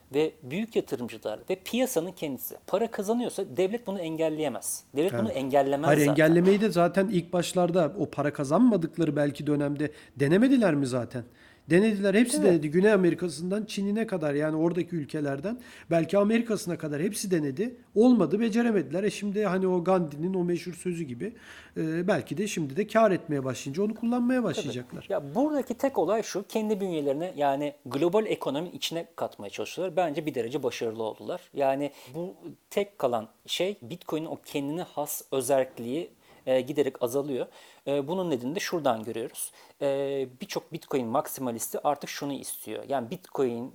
B: ve büyük yatırımcılar ve piyasanın kendisi para kazanıyorsa devlet bunu engelleyemez. Devlet bunu engellemez
A: Hayır,
B: zaten.
A: engellemeyi de zaten ilk başlarda o para kazanmadıkları belki dönemde denemediler mi zaten? Denediler, hepsi
B: Evet.
A: denedi. Güney Amerika'sından Çin'ine kadar, yani oradaki ülkelerden belki Amerika'sına kadar hepsi denedi. Olmadı, beceremediler. Şimdi hani o Gandhi'nin o meşhur sözü gibi belki de şimdi de kar etmeye başlayınca onu kullanmaya başlayacaklar.
B: Ya buradaki tek olay şu, kendi bünyelerine yani global ekonominin içine katmaya çalışıyorlar. Bence bir derece başarılı oldular. Yani bu tek kalan şey Bitcoin'in o kendine has özelliği giderek azalıyor. Bunun nedeni de şuradan görüyoruz. Birçok Bitcoin maksimalisti artık şunu istiyor. Yani Bitcoin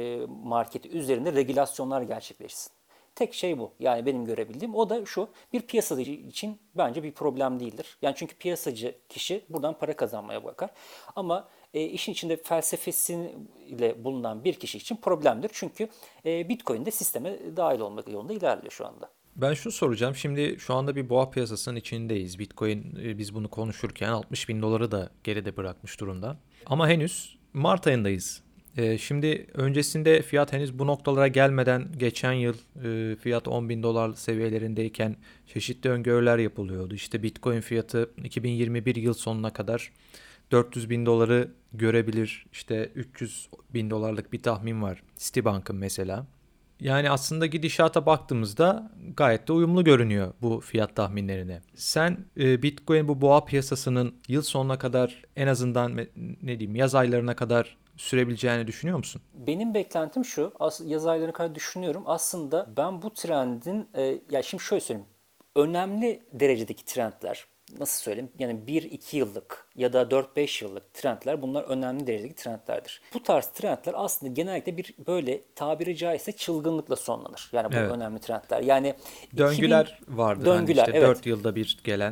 B: marketi üzerinde regülasyonlar gerçekleşsin. Tek şey bu. Yani benim görebildiğim o da şu. Bir piyasacı için bence bir problem değildir. Yani çünkü piyasacı kişi buradan para kazanmaya bakar. Ama işin içinde felsefesiyle bulunan bir kişi için problemdir. Çünkü Bitcoin de sisteme dahil olmak yolunda ilerliyor şu anda.
C: Ben şunu soracağım. Şimdi şu anda bir boğa piyasasının içindeyiz. Bitcoin biz bunu konuşurken 60 bin doları da geride bırakmış durumda. Ama henüz Mart ayındayız. Şimdi öncesinde fiyat henüz bu noktalara gelmeden geçen yıl fiyat 10 bin dolar seviyelerindeyken çeşitli öngörüler yapılıyordu. İşte Bitcoin fiyatı 2021 yıl sonuna kadar 400 bin doları görebilir. İşte 300 bin dolarlık bir tahmin var Citibank'ın mesela. Yani aslında gidişata baktığımızda gayet de uyumlu görünüyor bu fiyat tahminlerine. Sen Bitcoin bu boğa piyasasının yıl sonuna kadar en azından ne diyeyim yaz aylarına kadar sürebileceğini düşünüyor musun?
B: Benim beklentim şu, yaz aylarına kadar düşünüyorum. Aslında ben bu trendin, ya şimdi şöyle söyleyeyim. Önemli derecedeki trendler, nasıl söyleyeyim? Yani 1-2 yıllık ya da 4-5 yıllık trendler bunlar önemli derecedeki trendlerdir. Bu tarz trendler aslında genellikle bir böyle tabiri caizse çılgınlıkla sonlanır. Yani bu
C: Evet.
B: önemli trendler. Yani
C: Döngüler vardır
B: döngüler,
C: hani işte
B: evet.
C: 4 yılda bir gelen.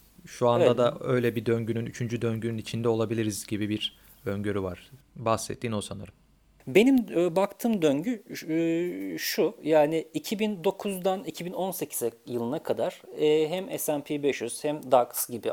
C: Şu anda
B: Evet.
C: da öyle bir döngünün, 3. döngünün içinde olabiliriz gibi bir öngörü var. Bahsettiğin o sanırım.
B: Benim baktığım döngü şu, yani 2009'dan 2018 yılına kadar hem S&P 500 hem DAX gibi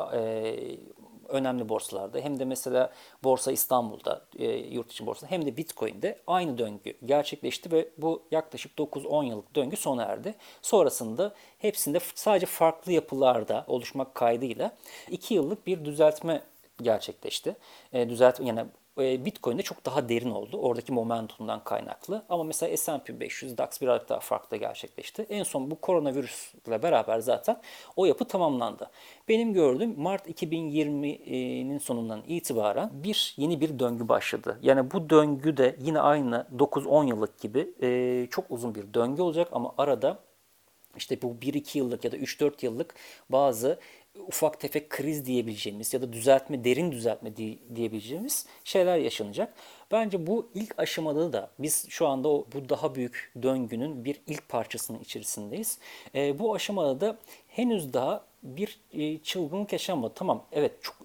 B: önemli borsalarda hem de mesela Borsa İstanbul'da yurt içi borsa hem de Bitcoin'de aynı döngü gerçekleşti ve bu yaklaşık 9-10 yıllık döngü sona erdi. Sonrasında hepsinde sadece farklı yapılarda oluşmak kaydıyla 2 yıllık bir düzeltme gerçekleşti. Yani Bitcoin'de çok daha derin oldu. Oradaki momentumdan kaynaklı. Ama mesela S&P 500, DAX birazcık daha farklı gerçekleşti. En son bu koronavirüsle beraber zaten o yapı tamamlandı. Benim gördüğüm Mart 2020'nin sonundan itibaren yeni bir döngü başladı. Yani bu döngü de yine aynı 9-10 yıllık gibi çok uzun bir döngü olacak ama arada işte bu 1-2 yıllık ya da 3-4 yıllık bazı ufak tefek kriz diyebileceğimiz ya da derin düzeltme diyebileceğimiz şeyler yaşanacak. Bence bu ilk aşamada da biz şu anda bu daha büyük döngünün bir ilk parçasının içerisindeyiz. Bu aşamada da henüz daha bir çılgınlık yaşanmadı. Tamam, evet, çok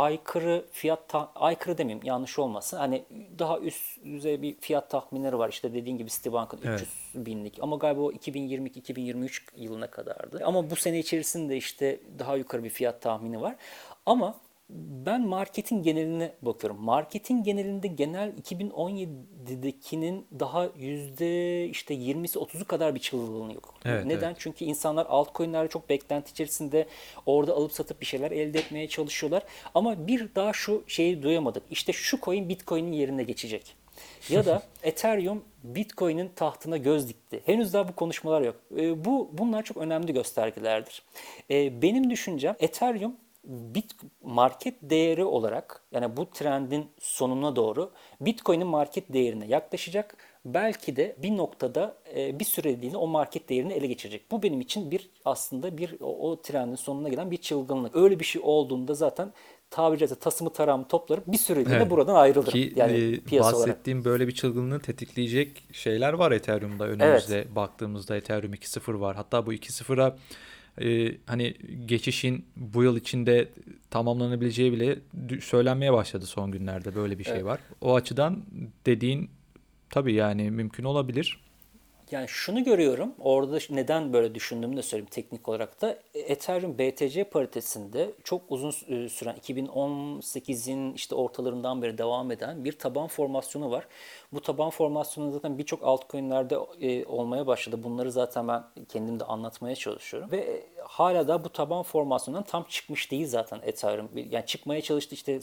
B: aykırı demeyeyim, yanlış olmasın. Hani daha üst düzey bir fiyat tahminleri var. İşte dediğin gibi Citibank'ın
C: Evet.
B: 300 binlik ama galiba o 2022-2023 yılına kadardı. Ama bu sene içerisinde işte daha yukarı bir fiyat tahmini var. Ama ben marketin geneline bakıyorum. Marketin genelinde genel 2017'dekinin daha yüzde işte 20'si 30'u kadar bir çılgınlığı yok.
C: Evet,
B: Neden?
C: evet.
B: Çünkü insanlar altcoin'lerde çok beklenti içerisinde orada alıp satıp bir şeyler elde etmeye çalışıyorlar. Ama bir daha şu şeyi duyamadık. İşte şu coin Bitcoin'in yerine geçecek. Ya da Ethereum Bitcoin'in tahtına göz dikti. Henüz daha bu konuşmalar yok. Bunlar çok önemli göstergelerdir. Benim düşüncem Ethereum market değeri olarak yani bu trendin sonuna doğru Bitcoin'in market değerine yaklaşacak. Belki de bir noktada bir süreliğine o market değerini ele geçirecek. Bu benim için aslında o trendin sonuna gelen bir çılgınlık. Öyle bir şey olduğunda zaten tabiri caizse tasımı tarağımı toplarım bir süreliğine
C: Evet.
B: buradan ayrılırım.
C: Ki
B: Yani piyasa olarak.
C: bahsettiğim böyle bir çılgınlığı tetikleyecek şeyler var Ethereum'da.
B: Evet.
C: Önümüzde baktığımızda Ethereum 2.0 var. Hatta bu 2.0'a hani geçişin bu yıl içinde tamamlanabileceği bile söylenmeye başladı son günlerde, böyle bir şey
B: Evet.
C: var. O açıdan dediğin tabii yani mümkün olabilir.
B: Yani şunu görüyorum. Orada neden böyle düşündüğümü de söyleyeyim teknik olarak da. Ethereum BTC paritesinde çok uzun süren 2018'in işte ortalarından beri devam eden bir taban formasyonu var. Bu taban formasyonu zaten birçok altcoin'lerde olmaya başladı. Bunları zaten ben kendim de anlatmaya çalışıyorum. Ve hala da bu taban formasyonundan tam çıkmış değil zaten Ethereum. Yani çıkmaya çalıştı işte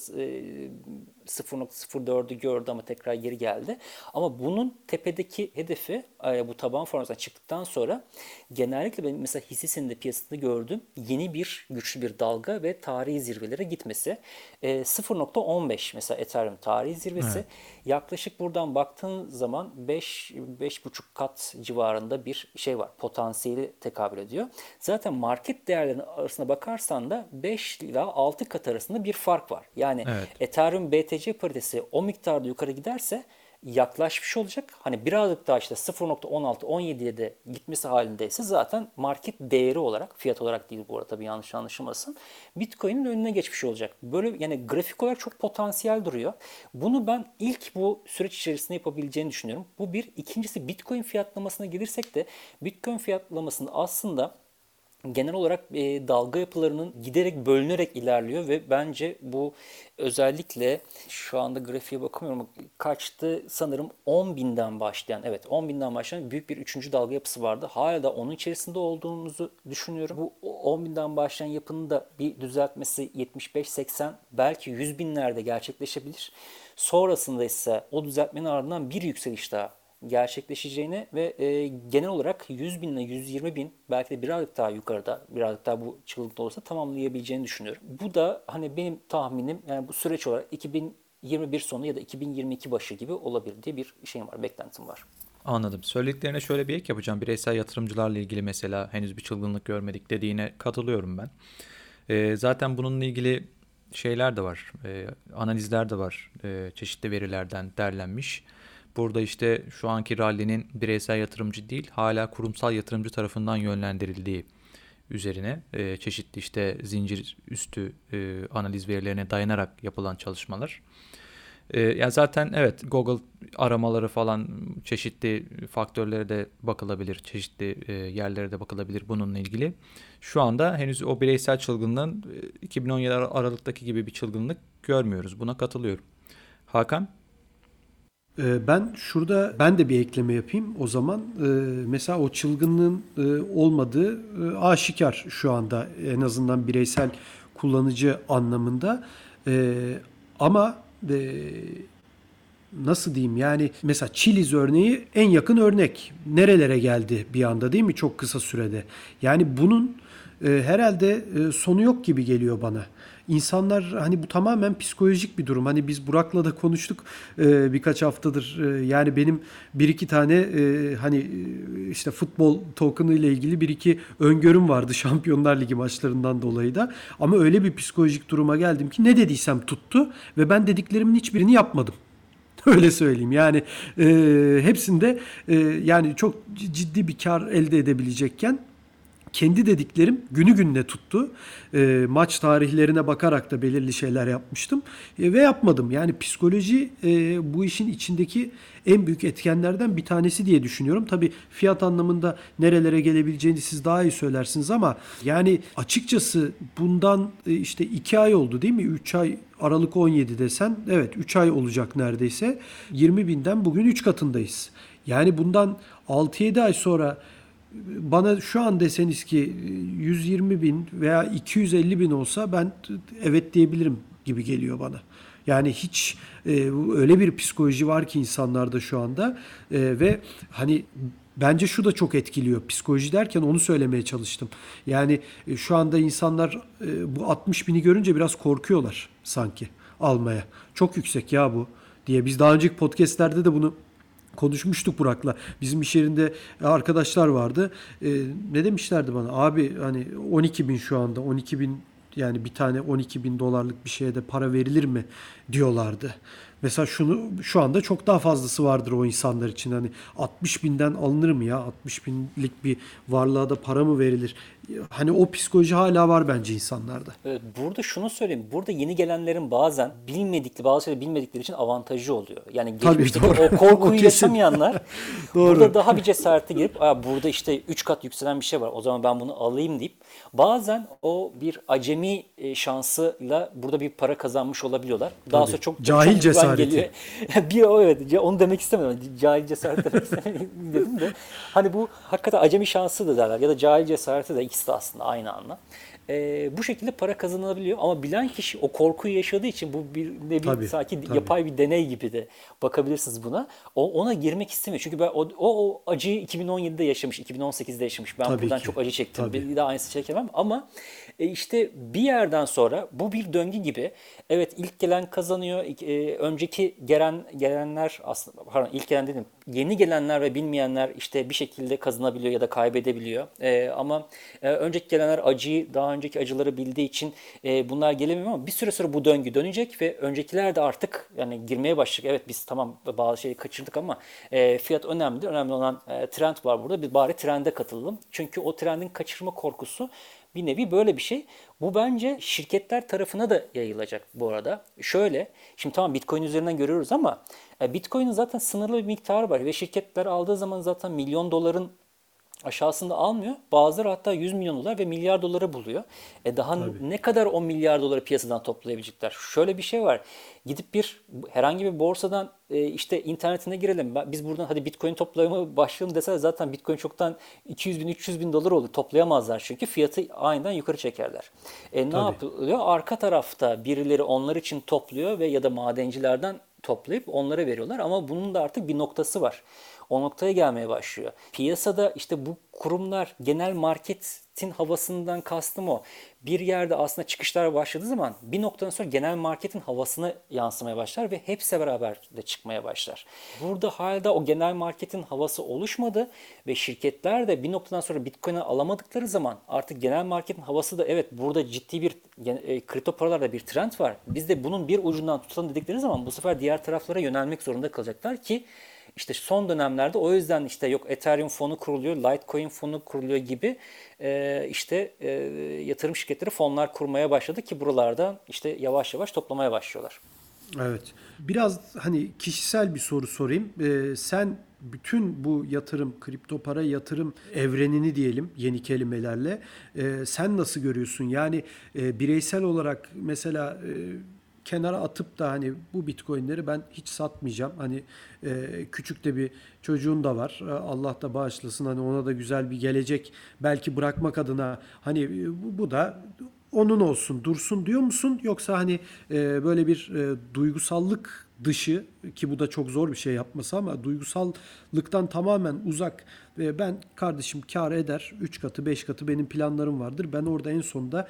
B: 0.04'ü gördü ama tekrar geri geldi. Ama bunun tepedeki hedefi bu taban formasyonu çıktıktan sonra genellikle benim mesela hisse senedi piyasasında gördüğüm yeni bir güçlü bir dalga ve tarihi zirvelere gitmesi. 0.15 mesela Ethereum tarihi zirvesi.
C: Evet.
B: Yaklaşık buradan baktığın zaman 5,5 kat civarında bir şey var. Potansiyeli tekabül ediyor. Zaten market değerlerinin arasına bakarsan da 5 ila 6 kat arasında bir fark var. Yani
C: Evet.
B: Ethereum BTC paritesi o miktarda yukarı giderse yaklaşmış olacak. Hani birazcık daha işte 0.16-17'ye de gitmesi halindeyse zaten market değeri olarak, fiyat olarak değil bu arada tabii yanlış anlaşılmasın, Bitcoin'in önüne geçmiş olacak. Böyle yani grafik olarak çok potansiyel duruyor. Bunu ben ilk bu süreç içerisinde yapabileceğini düşünüyorum. Bu bir. İkincisi Bitcoin fiyatlamasına gelirsek de Bitcoin fiyatlamasında aslında genel olarak dalga yapılarının giderek bölünerek ilerliyor ve bence bu özellikle şu anda grafiğe bakamıyorum ama kaçtı sanırım 10.000'den başlayan, evet 10.000'den başlayan büyük bir üçüncü dalga yapısı vardı. Hala da onun içerisinde olduğumuzu düşünüyorum. Bu 10.000'den başlayan yapının da bir düzeltmesi 75-80 belki 100.000'lerde gerçekleşebilir. Sonrasında ise o düzeltmenin ardından bir yükseliş daha gerçekleşeceğini ve genel olarak 100 bin ile 120 bin belki de birazcık daha yukarıda, birazcık daha bu çığlıkta olursa tamamlayabileceğini düşünüyorum. Bu da hani benim tahminim yani bu süreç olarak 2021 sonu ya da 2022 başı gibi olabilir diye bir şeyim var, beklentim var.
C: Anladım. Söylediklerine şöyle bir ek yapacağım. Bireysel yatırımcılarla ilgili mesela henüz bir çılgınlık görmedik dediğine katılıyorum ben. Zaten bununla ilgili şeyler de var. Analizler de var. Çeşitli verilerden derlenmiş. Burada işte şu anki rally'nin bireysel yatırımcı değil, hala kurumsal yatırımcı tarafından yönlendirildiği üzerine çeşitli işte zincir üstü analiz verilerine dayanarak yapılan çalışmalar. Yani zaten evet Google aramaları falan çeşitli faktörlere de bakılabilir, çeşitli yerlere de bakılabilir bununla ilgili. Şu anda henüz o bireysel çılgınlığın 2017 Aralık'taki gibi bir çılgınlık görmüyoruz. Buna katılıyorum. Hakan?
A: Ben şurada ben de bir ekleme yapayım o zaman. Mesela o çılgınlığın olmadığı aşikar şu anda en azından bireysel kullanıcı anlamında. Ama nasıl diyeyim yani mesela Chiliz örneği en yakın örnek. Nerelere geldi bir anda değil mi çok kısa sürede. Yani bunun herhalde sonu yok gibi geliyor bana. İnsanlar hani bu tamamen psikolojik bir durum. Hani biz Burak'la da konuştuk birkaç haftadır. Yani benim bir iki tane hani işte futbol token'ı ile ilgili bir iki öngörüm vardı Şampiyonlar Ligi maçlarından dolayı da. Ama öyle bir psikolojik duruma geldim ki ne dediysem tuttu ve ben dediklerimin hiçbirini yapmadım. Öyle söyleyeyim. Yani hepsinde yani çok ciddi bir kar elde edebilecekken kendi dediklerim günü gününe tuttu. Maç tarihlerine bakarak da belirli şeyler yapmıştım ve yapmadım. Yani psikoloji bu işin içindeki en büyük etkenlerden bir tanesi diye düşünüyorum. Tabii fiyat anlamında nerelere gelebileceğini siz daha iyi söylersiniz ama yani açıkçası bundan işte 2 ay oldu değil mi? 3 ay Aralık 17 desen evet 3 ay olacak neredeyse. 20.000'den bugün 3 katındayız. Yani bundan 6-7 ay sonra bana şu an deseniz ki 120 bin veya 250 bin olsa ben evet diyebilirim gibi geliyor bana. Yani hiç öyle bir psikoloji var ki insanlarda şu anda ve hani bence şu da çok etkiliyor. Psikoloji derken onu söylemeye çalıştım. Yani şu anda insanlar bu 60 bini görünce biraz korkuyorlar sanki almaya. Çok yüksek ya bu diye. Biz daha önceki podcastlerde de bunu konuşmuştuk Burak'la. Bizim iş yerinde arkadaşlar vardı. Ne demişlerdi bana? Abi hani 12 bin şu anda 12 bin yani bir tane 12 bin dolarlık bir şeye de para verilir mi diyorlardı. Mesela şunu şu anda çok daha fazlası vardır o insanlar için. Hani 60 binden alınır mı ya? 60 binlik bir varlığa da para mı verilir? hani o psikoloji hala var bence insanlarda.
B: Evet, burada şunu söyleyeyim. Burada yeni gelenlerin bazen bazı şeyleri bilmedikleri için avantajı oluyor. Yani
A: Tabii,
B: geçmişteki
A: doğru.
B: o korkuyu
A: O kesin.
B: yaşamayanlar
A: Doğru.
B: burada daha bir cesarete girip, burada işte 3 kat yükselen bir şey var, o zaman ben bunu alayım deyip bazen o bir acemi şansıyla burada bir para kazanmış olabiliyorlar. Daha
A: Tabii.
B: sonra çok
A: Cahil
B: çok güven
A: cesareti.
B: geliyor. Evet, onu demek istemedim. Cahil cesaret demek istemedim dedim de. Hani bu hakikaten acemi şansı da derler ya da cahil cesareti de, ikisi de aslında aynı anlam. Bu şekilde para kazanılabiliyor ama bilen kişi o korkuyu yaşadığı için bu bir nevi
A: Tabii,
B: sanki
A: tabii.
B: yapay bir deney gibi de bakabilirsiniz buna. Ona girmek istemiyor. Çünkü ben o acıyı 2017'de yaşamış, 2018'de yaşamış. Ben
A: Tabii
B: buradan
A: ki.
B: çok acı çektim.
A: Tabii.
B: Bir daha aynısı çekemem ama işte bir yerden sonra bu bir döngü gibi. Evet, ilk gelen kazanıyor. Önceki gelenler, aslında pardon, ilk gelen dedim. Yeni gelenler ve bilmeyenler işte bir şekilde kazanabiliyor ya da kaybedebiliyor. Ama önceki gelenler daha önceki acıları bildiği için bunlar gelemiyor ama bir süre sonra bu döngü dönecek ve öncekiler de artık yani girmeye başlayacak. Evet, biz tamam bazı şeyi kaçırdık ama fiyat önemli. Önemli olan trend var burada. Biz bari trende katılalım. Çünkü o trendin kaçırma korkusu bir nevi böyle bir şey. Bu bence şirketler tarafına da yayılacak bu arada. Şöyle, şimdi tamam Bitcoin üzerinden görüyoruz ama Bitcoin'in zaten sınırlı bir miktarı var ve şirketler aldığı zaman zaten milyon doların aşağısında almıyor. Bazıları hatta 100 milyon dolar ve milyar dolara buluyor. Daha ne kadar o milyar doları piyasadan toplayabilecekler? Şöyle bir şey var. Gidip herhangi bir borsadan işte internetine girelim. Biz buradan hadi Bitcoin toplamaya başlayalım deseler zaten Bitcoin çoktan 200 bin 300 bin dolar olur. Toplayamazlar çünkü fiyatı aniden yukarı çekerler. Ne yapılıyor? Arka tarafta birileri onlar için topluyor ve ya da madencilerden toplayıp onlara veriyorlar ama bunun da artık bir noktası var. O noktaya gelmeye başlıyor. Piyasada işte bu kurumlar genel marketin havasından kastım o. Bir yerde aslında çıkışlar başladığı zaman bir noktadan sonra genel marketin havasına yansımaya başlar ve hepsi beraber de çıkmaya başlar. Burada hala o genel marketin havası oluşmadı ve şirketler de bir noktadan sonra Bitcoin'i alamadıkları zaman artık genel marketin havası da evet burada ciddi bir kripto paralarda bir trend var. Biz de bunun bir ucundan tutalım dedikleri zaman bu sefer diğer taraflara yönelmek zorunda kalacaklar ki İşte son dönemlerde o yüzden işte yok Ethereum fonu kuruluyor, Litecoin fonu kuruluyor gibi yatırım şirketleri fonlar kurmaya başladı ki buralardan işte yavaş yavaş toplamaya başlıyorlar.
A: Evet. Biraz hani kişisel bir soru sorayım. Sen bütün bu yatırım, kripto para yatırım evrenini diyelim yeni kelimelerle. Sen nasıl görüyorsun? Yani bireysel olarak mesela kenara atıp da hani bu Bitcoin'leri ben hiç satmayacağım. Hani küçük de bir çocuğun da var. Allah da bağışlasın. Hani ona da güzel bir gelecek belki bırakmak adına hani bu da onun olsun, dursun diyor musun? Yoksa hani böyle bir duygusallık dışı ki bu da çok zor bir şey yapması ama duygusallıktan tamamen uzak ve ben kardeşim kâr eder 3 katı 5 katı benim planlarım vardır. Ben orada en sonunda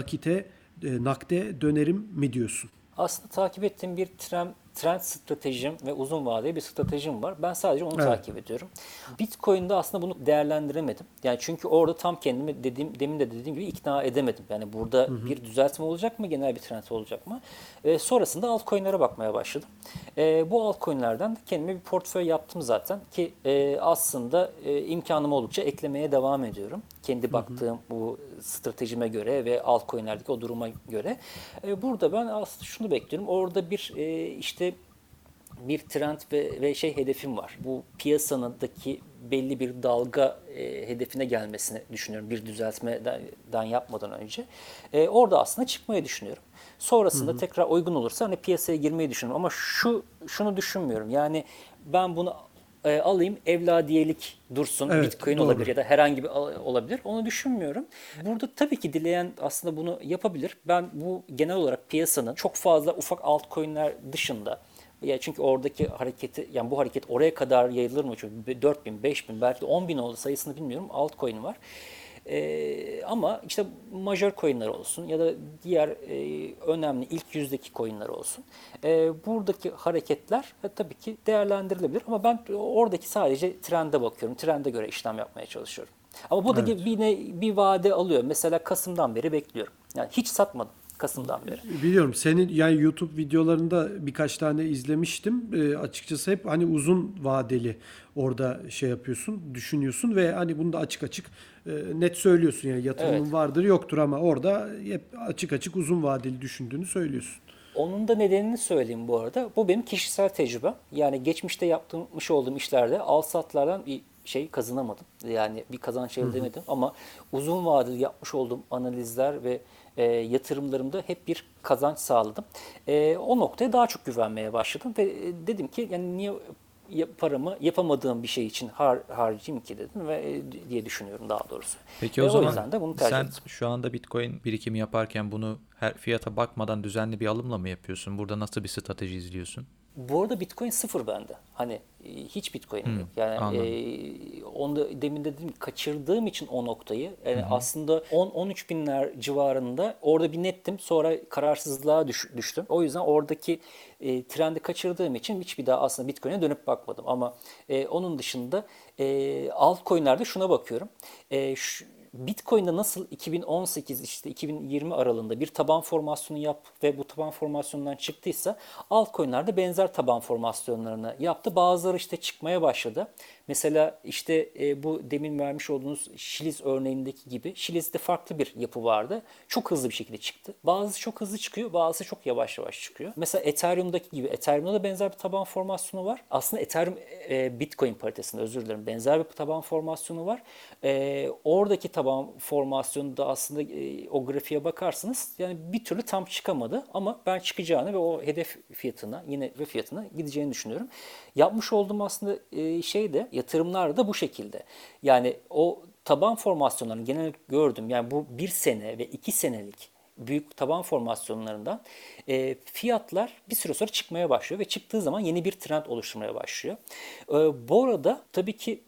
A: nakde dönerim mi diyorsun?
B: Aslında takip ettiğim bir trend stratejim ve uzun vadeli bir stratejim var. Ben sadece onu
A: Evet.
B: takip ediyorum. Bitcoin'de aslında bunu değerlendiremedim. Yani çünkü orada tam kendimi demin de dediğim gibi ikna edemedim. Yani burada bir düzeltme olacak mı, genel bir trend olacak mı? Sonrasında altcoin'lere bakmaya başladım. Bu altcoin'lerden kendime bir portföy yaptım zaten ki aslında imkanım oldukça eklemeye devam ediyorum. Kendi baktığım bu stratejime göre ve altcoin'lerdeki o duruma göre. Burada ben aslında şunu bekliyorum. Orada işte bir trend ve hedefim var. Bu piyasadaki belli bir dalga hedefine gelmesini düşünüyorum. Bir düzeltmeden yapmadan önce. Orada aslında çıkmayı düşünüyorum. Sonrasında tekrar uygun olursa hani piyasaya girmeyi düşünüyorum. Ama şunu düşünmüyorum. Yani ben bunu alayım evladiyelik dursun,
A: Evet,
B: Bitcoin
A: doğru.
B: olabilir ya da herhangi bir olabilir. Onu düşünmüyorum. Burada tabii ki dileyen aslında bunu yapabilir. Ben bu genel olarak piyasanın çok fazla ufak altcoin'ler dışında ya çünkü oradaki hareketi yani bu hareket oraya kadar yayılır mı? Çünkü 4.000, 5.000 belki de 10.000 oldu sayısını bilmiyorum. Altcoin var. Ama işte major coinler olsun ya da diğer önemli ilk yüzdeki coinler olsun. Buradaki hareketler tabii ki değerlendirilebilir ama ben oradaki sadece trende bakıyorum. Trende göre işlem yapmaya çalışıyorum. Ama bu da
A: Evet.
B: bir vade alıyor. Mesela Kasım'dan beri bekliyorum. Yani hiç satmadım. Kasım'dan beri.
A: Biliyorum, senin yani YouTube videolarında birkaç tane izlemiştim. Açıkçası hep hani uzun vadeli orada şey yapıyorsun, düşünüyorsun ve hani bunu da açık açık net söylüyorsun. Yani yatırımın
B: Evet.
A: vardır yoktur ama orada hep açık açık uzun vadeli düşündüğünü söylüyorsun.
B: Onun da nedenini söyleyeyim bu arada. Bu benim kişisel tecrübem. Yani geçmişte yapmış olduğum işlerde al-satlardan bir şey kazanamadım. Yani bir kazanç elde edemedim. Ama uzun vadeli yapmış olduğum analizler ve yatırımlarımda hep bir kazanç sağladım. O noktaya daha çok güvenmeye başladım ve dedim ki yani niye paramı yapamadığım bir şey için harcayayım ki dedim ve diye düşünüyorum daha doğrusu.
C: Peki o
B: Ve o
C: zaman
B: yüzden de bunu tercih
C: sen
B: ettim.
C: şu anda Bitcoin birikimi yaparken bunu her fiyata bakmadan düzenli bir alımla mı yapıyorsun? Burada nasıl bir strateji izliyorsun?
B: Bu arada Bitcoin sıfır bende. Hani hiç Bitcoin'im yok. Yani
C: Anladım.
B: onu da demin de dedim kaçırdığım için o noktayı. Yani aslında 10-13 binler civarında orada bir nettim. Sonra kararsızlığa düştüm. O yüzden oradaki trendi kaçırdığım için hiçbir daha aslında Bitcoin'e dönüp bakmadım. Ama onun dışında altcoin'lerde şuna bakıyorum. Bitcoin'de nasıl 2018 işte 2020 aralığında bir taban formasyonu yap ve bu taban formasyonundan çıktıysa altcoin'lerde benzer taban formasyonlarını yaptı. Bazıları işte çıkmaya başladı. Mesela işte bu demin vermiş olduğunuz Şiliz örneğindeki gibi Şiliz'de farklı bir yapı vardı. Çok hızlı bir şekilde çıktı. Bazısı çok hızlı çıkıyor, bazısı çok yavaş yavaş çıkıyor. Mesela Ethereum'daki gibi Ethereum'da da benzer bir taban formasyonu var. Aslında Ethereum Bitcoin paritesinde özür dilerim benzer bir taban formasyonu var. Oradaki taban formasyonu da aslında o grafiğe bakarsınız yani bir türlü tam çıkamadı ama ben çıkacağını ve o hedef fiyatına yine ve fiyatına gideceğini düşünüyorum. Yapmış olduğum aslında şey de yatırımlar da bu şekilde. Yani o taban formasyonlarını genel gördüm. Yani bu bir sene ve 2 senelik büyük taban formasyonlarından fiyatlar bir süre sonra çıkmaya başlıyor ve çıktığı zaman yeni bir trend oluşturmaya başlıyor. Bu arada tabii ki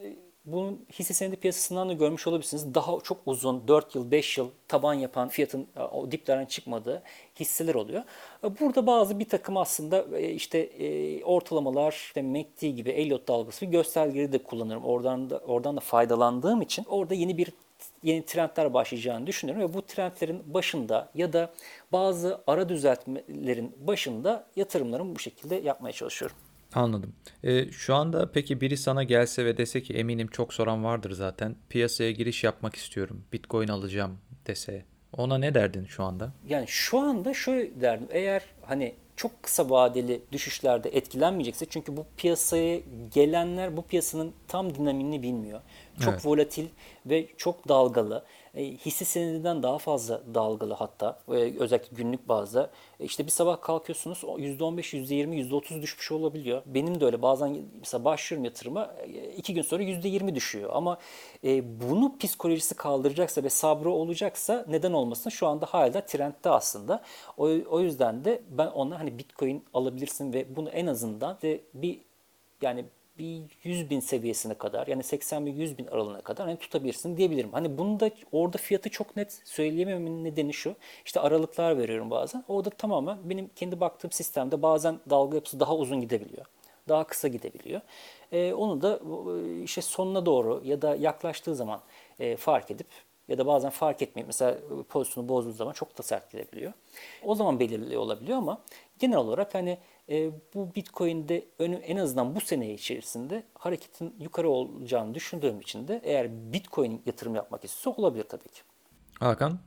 B: bunun hisse senedi piyasasından da görmüş olabilirsiniz. Daha çok uzun 4 yıl 5 yıl taban yapan fiyatın o diplerden çıkmadığı hisseler oluyor. Burada bazı bir takım aslında işte ortalamalar işte MACD gibi Elliott dalgası bir göstergeleri de kullanırım. Oradan da faydalandığım için orada yeni trendler başlayacağını düşünüyorum ve bu trendlerin başında ya da bazı ara düzeltmelerin başında yatırımlarımı bu şekilde yapmaya çalışıyorum.
C: Anladım. Şu anda peki biri sana gelse ve dese ki eminim çok soran vardır zaten. Piyasaya giriş yapmak istiyorum. Bitcoin alacağım dese. Ona ne derdin şu anda?
B: Yani şu anda şöyle derdim. Eğer hani çok kısa vadeli düşüşlerde etkilenmeyecekse çünkü bu piyasaya gelenler bu piyasanın tam dinamini bilmiyor.
C: Evet.
B: Çok volatil ve çok dalgalı. Hisse senedinden daha fazla dalgalı hatta özellikle günlük bazda. İşte bir sabah kalkıyorsunuz %15, %20, %30 düşmüş olabiliyor. Benim de öyle bazen mesela başlıyorum yatırıma 2 gün sonra %20 düşüyor. Ama bunu psikolojisi kaldıracaksa ve sabrı olacaksa neden olmasın? Şu anda hala trendde aslında. O yüzden de ben ona hani Bitcoin alabilirsin ve bunu en azından de yani bir 100 bin seviyesine kadar yani 80 bin 100 bin aralığına kadar hani tutabilirsin diyebilirim. Hani bunu da orada fiyatı çok net söyleyemememin nedeni şu. İşte aralıklar veriyorum bazen. Orada tamamen benim kendi baktığım sistemde bazen dalga yapısı daha uzun gidebiliyor. Daha kısa gidebiliyor. Onu da işte sonuna doğru ya da yaklaştığı zaman fark edip ya da bazen fark etmeyip mesela pozisyonu bozduğu zaman çok da sert gidebiliyor. O zaman belirli olabiliyor ama genel olarak hani bu Bitcoin'de en azından bu sene içerisinde hareketin yukarı olacağını düşündüğüm için de eğer Bitcoin yatırım yapmak istiyorsa olabilir tabii ki.
C: Hakan?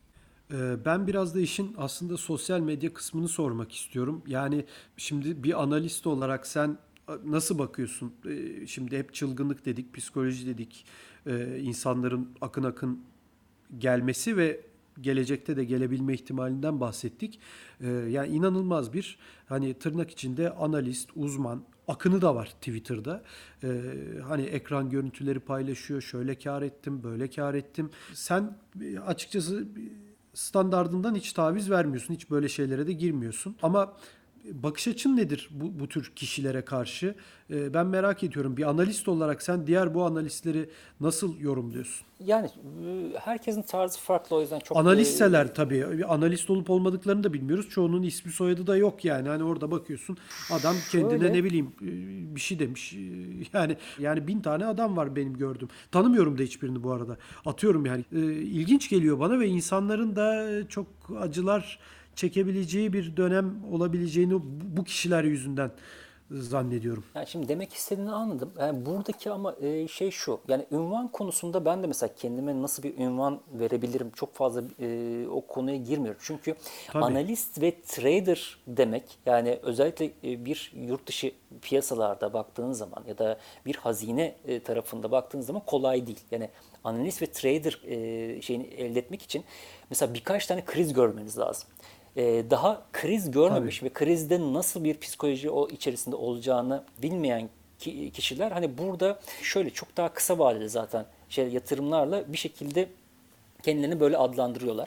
A: Ben biraz da işin aslında sosyal medya kısmını sormak istiyorum. Yani şimdi bir analist olarak sen nasıl bakıyorsun? Şimdi hep çılgınlık dedik, psikoloji dedik. İnsanların akın akın gelmesi ve gelecekte de gelebilme ihtimalinden bahsettik. Yani inanılmaz bir hani tırnak içinde analist, uzman akını da var Twitter'da. Hani ekran görüntüleri paylaşıyor. Şöyle kar ettim, böyle kar ettim. Sen açıkçası standardından hiç taviz vermiyorsun. Hiç böyle şeylere de girmiyorsun. Ama bakış açın nedir bu tür kişilere karşı? Ben merak ediyorum. Bir analist olarak sen diğer bu analistleri nasıl yorumluyorsun?
B: Yani herkesin tarzı farklı, o yüzden çok
A: Analistseler tabii. Bir analist olup olmadıklarını da bilmiyoruz. Çoğunun ismi soyadı da yok yani. Hani orada bakıyorsun adam kendine
B: şöyle.
A: ne bileyim bir şey demiş. Yani 1.000 tane adam var benim gördüğüm. Tanımıyorum da hiçbirini bu arada. Atıyorum yani. İlginç geliyor bana ve insanların da çok acılar çekebileceği bir dönem olabileceğini bu kişiler yüzünden zannediyorum.
B: Yani şimdi demek istediğini anladım. Yani buradaki ama şey şu. Yani ünvan konusunda ben de mesela kendime nasıl bir ünvan verebilirim? Çok fazla o konuya girmiyorum. Çünkü
A: Tabii.
B: analist ve trader demek, yani özellikle bir yurt dışı piyasalarda baktığın zaman ya da bir hazine tarafında baktığın zaman kolay değil. Yani analist ve trader şeyini elde etmek için mesela birkaç tane kriz görmeniz lazım. Daha kriz
A: Tabii.
B: görmemiş ve krizde nasıl bir psikoloji o içerisinde olacağını bilmeyen kişiler, hani burada şöyle çok daha kısa vadeli zaten yatırımlarla bir şekilde kendilerini böyle adlandırıyorlar.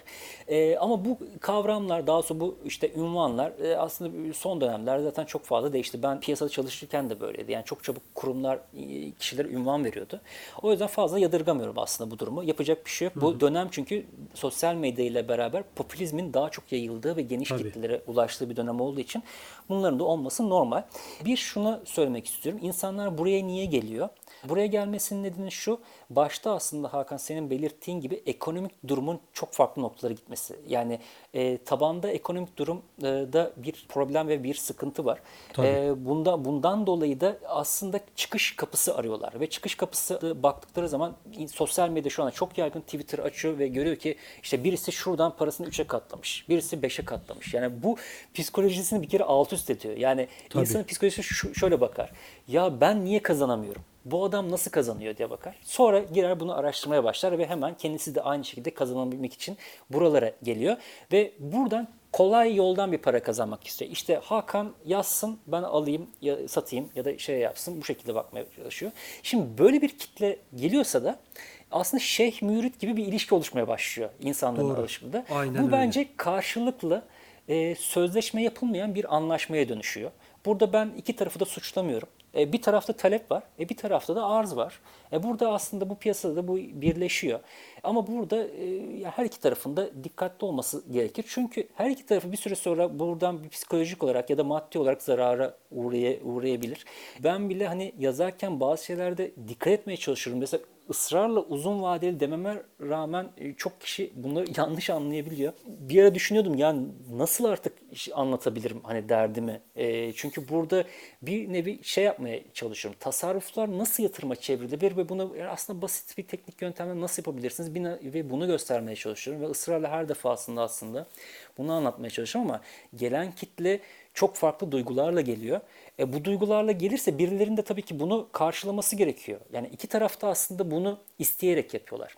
B: Ama bu kavramlar, daha sonra bu işte ünvanlar aslında son dönemlerde zaten çok fazla değişti. Ben piyasada çalışırken de böyleydi. Yani çok çabuk kurumlar kişilere ünvan veriyordu. O yüzden fazla yadırgamıyorum aslında bu durumu. Yapacak bir şey yok. Bu dönem çünkü sosyal medya ile beraber popülizmin daha çok yayıldığı ve geniş
A: Tabii.
B: kitlelere ulaştığı bir dönem olduğu için bunların da olması normal. Bir şunu söylemek istiyorum. İnsanlar buraya niye geliyor? Buraya gelmesinin nedeni şu. Başta aslında Hakan senin belirttiğin gibi ekonomik durumun çok farklı noktalara gitmesi. Yani tabanda ekonomik durumda bir problem ve bir sıkıntı var.
A: Tabii.
B: Bundan dolayı da aslında çıkış kapısı arıyorlar. Ve çıkış kapısı baktıkları zaman sosyal medya şu anda çok yaygın. Twitter açıyor ve görüyor ki işte birisi şuradan parasını 3'e katlamış. Birisi 5'e katlamış. Yani bu psikolojisini bir kere alt üst ediyor. Yani
A: Tabii.
B: insanın psikolojisi şöyle bakar. Ya ben niye kazanamıyorum? Bu adam nasıl kazanıyor diye bakar. Sonra girer bunu araştırmaya başlar ve hemen kendisi de aynı şekilde kazanabilmek için buralara geliyor. Ve buradan kolay yoldan bir para kazanmak istiyor. İşte Hakan yazsın, ben alayım, ya satayım ya da şey yapsın, bu şekilde bakmaya çalışıyor. Şimdi böyle bir kitle geliyorsa da aslında şeyh mürit gibi bir ilişki oluşmaya başlıyor insanların
A: Doğru.
B: alışımında.
A: Aynen
B: Bu
A: öyle.
B: bence karşılıklı sözleşme yapılmayan bir anlaşmaya dönüşüyor. Burada ben iki tarafı da suçlamıyorum. Bir tarafta talep var, bir tarafta da arz var. Burada aslında bu piyasada da bu birleşiyor. Ama burada her iki tarafın da dikkatli olması gerekir. Çünkü her iki tarafı bir süre sonra buradan bir psikolojik olarak ya da maddi olarak zarara uğrayabilir. Ben bile hani yazarken bazı şeylerde dikkat etmeye çalışıyorum. Mesela ısrarla uzun vadeli dememe rağmen çok kişi bunları yanlış anlayabiliyor. Bir ara düşünüyordum ya nasıl artık anlatabilirim hani derdimi. Çünkü burada bir nevi şey yapmaya çalışıyorum. Tasarruflar nasıl yatırıma çevrilebilir ve bunu aslında basit bir teknik yöntemle nasıl yapabilirsiniz ve bunu göstermeye çalışıyorum. Ve ısrarla her defasında aslında bunu anlatmaya çalışıyorum ama gelen kitle çok farklı duygularla geliyor. Bu duygularla gelirse birilerinin de tabii ki bunu karşılaması gerekiyor. Yani iki tarafta aslında bunu isteyerek yapıyorlar.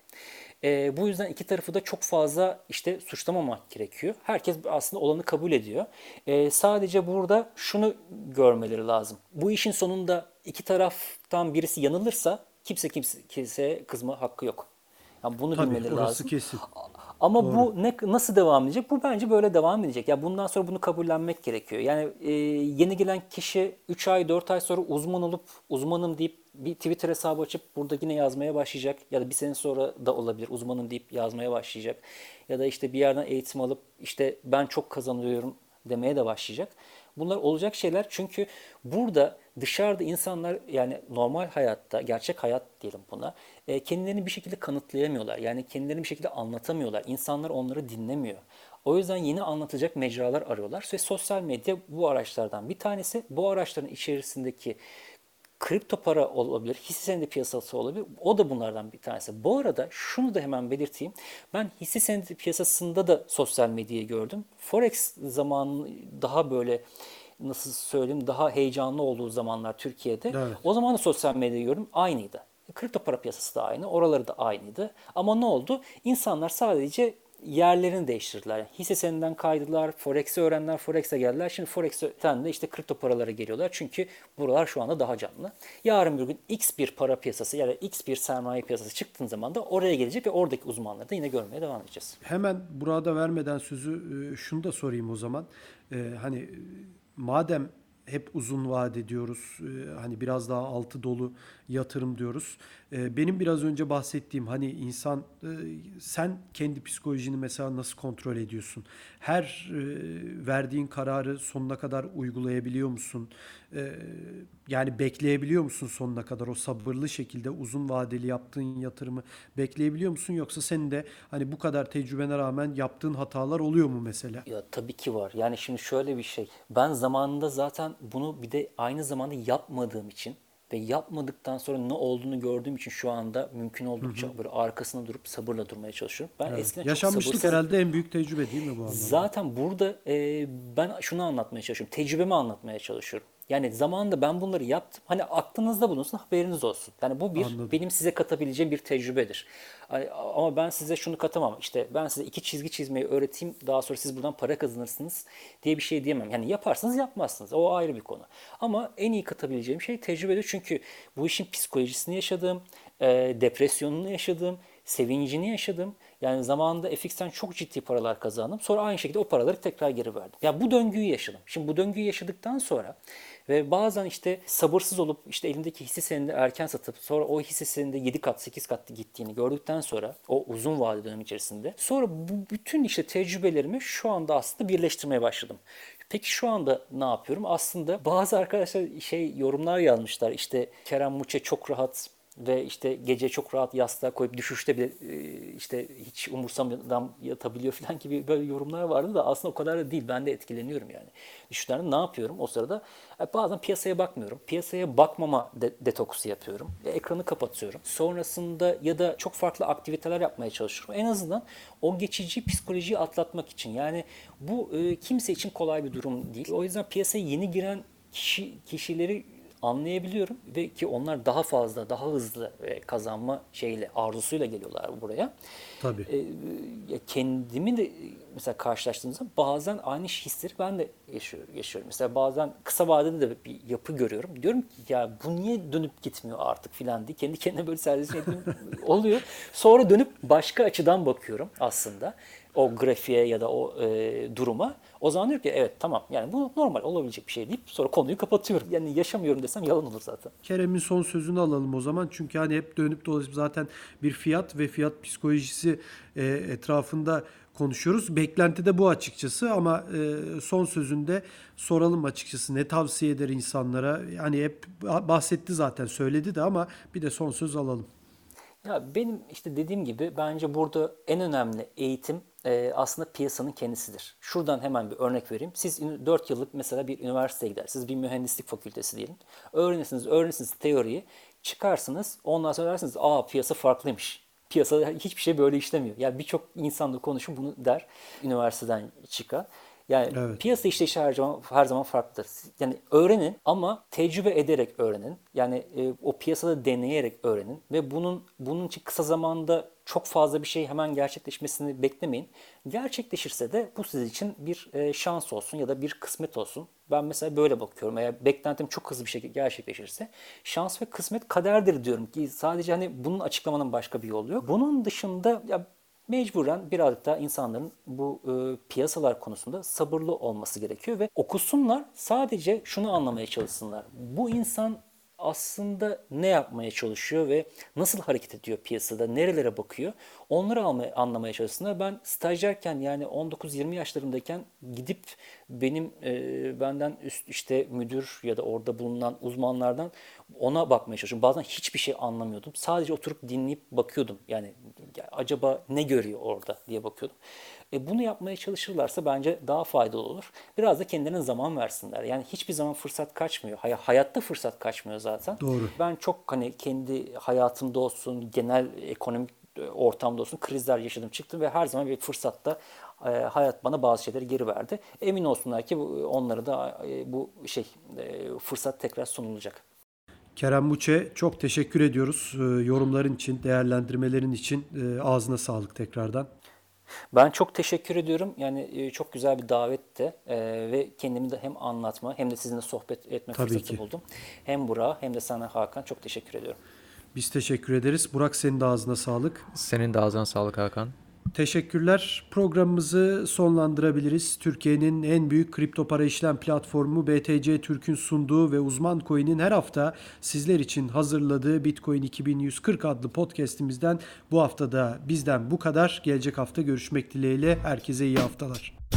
B: Bu yüzden iki tarafı da çok fazla işte suçlamamak gerekiyor. Herkes aslında olanı kabul ediyor. Sadece burada şunu görmeleri lazım. Bu işin sonunda iki taraftan birisi yanılırsa kimseye kızma hakkı yok. Yani bunu
A: Tabii
B: bilmeleri
A: orası
B: lazım.
A: kesin.
B: Ama
A: Doğru.
B: bu nasıl devam edecek? Bu bence böyle devam edecek. Ya bundan sonra bunu kabullenmek gerekiyor. Yani yeni gelen kişi 3 ay 4 ay sonra uzman olup uzmanım deyip bir Twitter hesabı açıp burada yine yazmaya başlayacak. Ya da bir sene sonra da olabilir uzmanım deyip yazmaya başlayacak. Ya da işte bir yerden eğitim alıp işte ben çok kazanıyorum demeye de başlayacak. Bunlar olacak şeyler çünkü burada dışarıda insanlar yani normal hayatta, gerçek hayat diyelim buna, kendilerini bir şekilde kanıtlayamıyorlar. Yani kendilerini bir şekilde anlatamıyorlar. İnsanlar onları dinlemiyor. O yüzden yeni anlatacak mecralar arıyorlar ve sosyal medya bu araçlardan bir tanesi. Bu araçların içerisindeki kripto para olabilir, hisse senedi piyasası olabilir. O da bunlardan bir tanesi. Bu arada şunu da hemen belirteyim. Ben hisse senedi piyasasında da sosyal medyayı gördüm. Forex zamanı daha böyle nasıl söyleyeyim daha heyecanlı olduğu zamanlar Türkiye'de.
A: Evet.
B: O zaman da sosyal medyayı gördüm. Aynıydı. Kripto para piyasası da aynı. Oraları da aynıydı. Ama ne oldu? İnsanlar sadece yerlerini değiştirdiler. Yani hisse senedinden kaydılar, Forex'i öğrendiler, Forex'e geldiler. Şimdi Forex'ten de işte kripto paralara geliyorlar. Çünkü buralar şu anda daha canlı. Yarın bir gün X bir para piyasası ya da X bir sermaye piyasası çıktığın zaman da oraya gelecek ve oradaki uzmanları da yine görmeye devam edeceğiz.
A: Hemen burada vermeden sözü şunu da sorayım o zaman. Hani madem hep uzun vade diyoruz, hani biraz daha altı dolu yatırım diyoruz. Benim biraz önce bahsettiğim hani insan, sen kendi psikolojini mesela nasıl kontrol ediyorsun? Her verdiğin kararı sonuna kadar uygulayabiliyor musun? E, Yani bekleyebiliyor musun sonuna kadar o sabırlı şekilde uzun vadeli yaptığın yatırımı bekleyebiliyor musun? Yoksa senin de hani bu kadar tecrübene rağmen yaptığın hatalar oluyor mu mesela?
B: Ya tabii ki var. Yani şimdi şöyle bir şey. Ben zamanında zaten bunu bir de aynı zamanda yapmadığım için ve yapmadıktan sonra ne olduğunu gördüğüm için şu anda mümkün oldukça böyle arkasında durup sabırla durmaya çalışıyorum. Ben
A: Evet.
B: eskiden çok
A: Yaşanmışlık
B: sabırsız.
A: herhalde en büyük tecrübe değil mi bu anlamda?
B: Zaten burada ben şunu anlatmaya çalışıyorum. Tecrübemi anlatmaya çalışıyorum. Yani zamanında ben bunları yaptım. Hani aklınızda bulunsun, haberiniz olsun. Yani bu bir
A: Anladım.
B: benim size katabileceğim bir tecrübedir. Ama ben size şunu katamam. İşte ben size iki çizgi çizmeyi öğreteyim. Daha sonra siz buradan para kazanırsınız diye bir şey diyemem. Yani yaparsınız yapmazsınız. O ayrı bir konu. Ama en iyi katabileceğim şey tecrübedir. Çünkü bu işin psikolojisini yaşadığım, depresyonunu yaşadığım, sevincini yaşadım. Yani zamanında FX'ten çok ciddi paralar kazandım. Sonra aynı şekilde o paraları tekrar geri verdim. Ya bu döngüyü yaşadım. Şimdi bu döngüyü yaşadıktan sonra ve bazen işte sabırsız olup işte elindeki hisse senedini erken satıp sonra o hisse senedinde 7 kat 8 kat gittiğini gördükten sonra o uzun vade dönem içerisinde sonra bu bütün işte tecrübelerimi şu anda aslında birleştirmeye başladım. Peki şu anda ne yapıyorum? Aslında bazı arkadaşlar yorumlar yazmışlar. İşte Kerem Muçe çok rahat ve işte gece çok rahat yastığa koyup düşüşte bile işte hiç umursamadan yatabiliyor falan gibi böyle yorumlar vardı da aslında o kadar da değil. Ben de etkileniyorum yani. Düşüşlerde ne yapıyorum o sırada? Bazen piyasaya bakmıyorum. Piyasaya bakmama detoksu yapıyorum. Ekranı kapatıyorum. Sonrasında ya da çok farklı aktiviteler yapmaya çalışıyorum. En azından o geçici psikolojiyi atlatmak için. Yani bu kimse için kolay bir durum değil. O yüzden piyasaya yeni giren kişileri anlayabiliyorum ve ki onlar daha fazla, daha hızlı kazanma arzusuyla geliyorlar buraya.
A: Tabii.
B: Kendimi de mesela karşılaştığımızda bazen aynı hisleri ben de yaşıyorum. Mesela bazen kısa vadede de bir yapı görüyorum. Diyorum ki ya bu niye dönüp gitmiyor artık filan diye kendi kendime böyle serzenişim ettiğim oluyor. Sonra dönüp başka açıdan bakıyorum aslında o grafiğe ya da o duruma. O zaman diyorum ki evet tamam yani bu normal olabilecek bir şey deyip sonra konuyu kapatıyorum. Yani yaşamıyorum desem yalan olur zaten.
A: Kerem'in son sözünü alalım o zaman. Çünkü hani hep dönüp dolaşıp zaten bir fiyat ve fiyat psikolojisi etrafında konuşuyoruz. Beklenti de bu açıkçası ama son sözünde soralım açıkçası. Ne tavsiye eder insanlara? Yani hep bahsetti zaten söyledi de ama bir de son söz alalım.
B: Ya benim işte dediğim gibi bence burada en önemli eğitim aslında piyasanın kendisidir. Şuradan hemen bir örnek vereyim. Siz 4 yıllık mesela bir üniversiteye gidersiniz. Bir mühendislik fakültesi diyelim. Öğrenirsiniz teoriyi. Çıkarsınız. Ondan sonra dersiniz piyasa farklıymış. Piyasada hiçbir şey böyle işlemiyor. Yani birçok insanla konuşun bunu der üniversiteden çıkan. Yani
A: Evet.
B: piyasa işleyişi her zaman farklıdır. Yani öğrenin ama tecrübe ederek öğrenin. Yani o piyasada deneyerek öğrenin ve bunun için kısa zamanda çok fazla bir şey hemen gerçekleşmesini beklemeyin. Gerçekleşirse de bu sizin için bir şans olsun ya da bir kısmet olsun. Ben mesela böyle bakıyorum. Eğer beklentim çok hızlı bir şekilde gerçekleşirse şans ve kısmet kaderdir diyorum ki sadece hani bunun açıklamanın başka bir yolu yok. Bunun dışında ya mecburen birazcık daha insanların bu piyasalar konusunda sabırlı olması gerekiyor ve okusunlar sadece şunu anlamaya çalışsınlar. Bu insan aslında ne yapmaya çalışıyor ve nasıl hareket ediyor piyasada, nerelere bakıyor onları anlamaya çalışsınlar. Ben stajyerken yani 19-20 yaşlarımdayken gidip benden üst işte müdür ya da orada bulunan uzmanlardan ona bakmaya çalışıyorum. Bazen hiçbir şey anlamıyordum. Sadece oturup dinleyip bakıyordum. Yani acaba ne görüyor orada diye bakıyordum. Bunu yapmaya çalışırlarsa bence daha faydalı olur. Biraz da kendilerine zaman versinler. Yani hiçbir zaman fırsat kaçmıyor. Hayatta fırsat kaçmıyor zaten.
A: Doğru.
B: Ben çok hani kendi hayatımda olsun, genel ekonomik ortamda olsun krizler yaşadım çıktım ve her zaman bir fırsatta hayat bana bazı şeyleri geri verdi. Emin olsunlar ki onlara da bu fırsat tekrar sunulacak.
A: Kerem Buçe çok teşekkür ediyoruz yorumların için, değerlendirmelerin için. Ağzına sağlık tekrardan.
B: Ben çok teşekkür ediyorum. Yani çok güzel bir davetti ve kendimi de hem anlatma hem de sizinle sohbet etme
A: Tabii
B: fırsatı
A: ki.
B: buldum. Hem Burak'a hem de sana Hakan çok teşekkür ediyorum.
A: Biz teşekkür ederiz. Burak senin de ağzına sağlık.
C: Senin de ağzına sağlık Hakan.
A: Teşekkürler. Programımızı sonlandırabiliriz. Türkiye'nin en büyük kripto para işlem platformu BTC Türk'ün sunduğu ve Uzman Coin'in her hafta sizler için hazırladığı Bitcoin 2140 adlı podcast'imizden bu hafta da bizden bu kadar. Gelecek hafta görüşmek dileğiyle. Herkese iyi haftalar.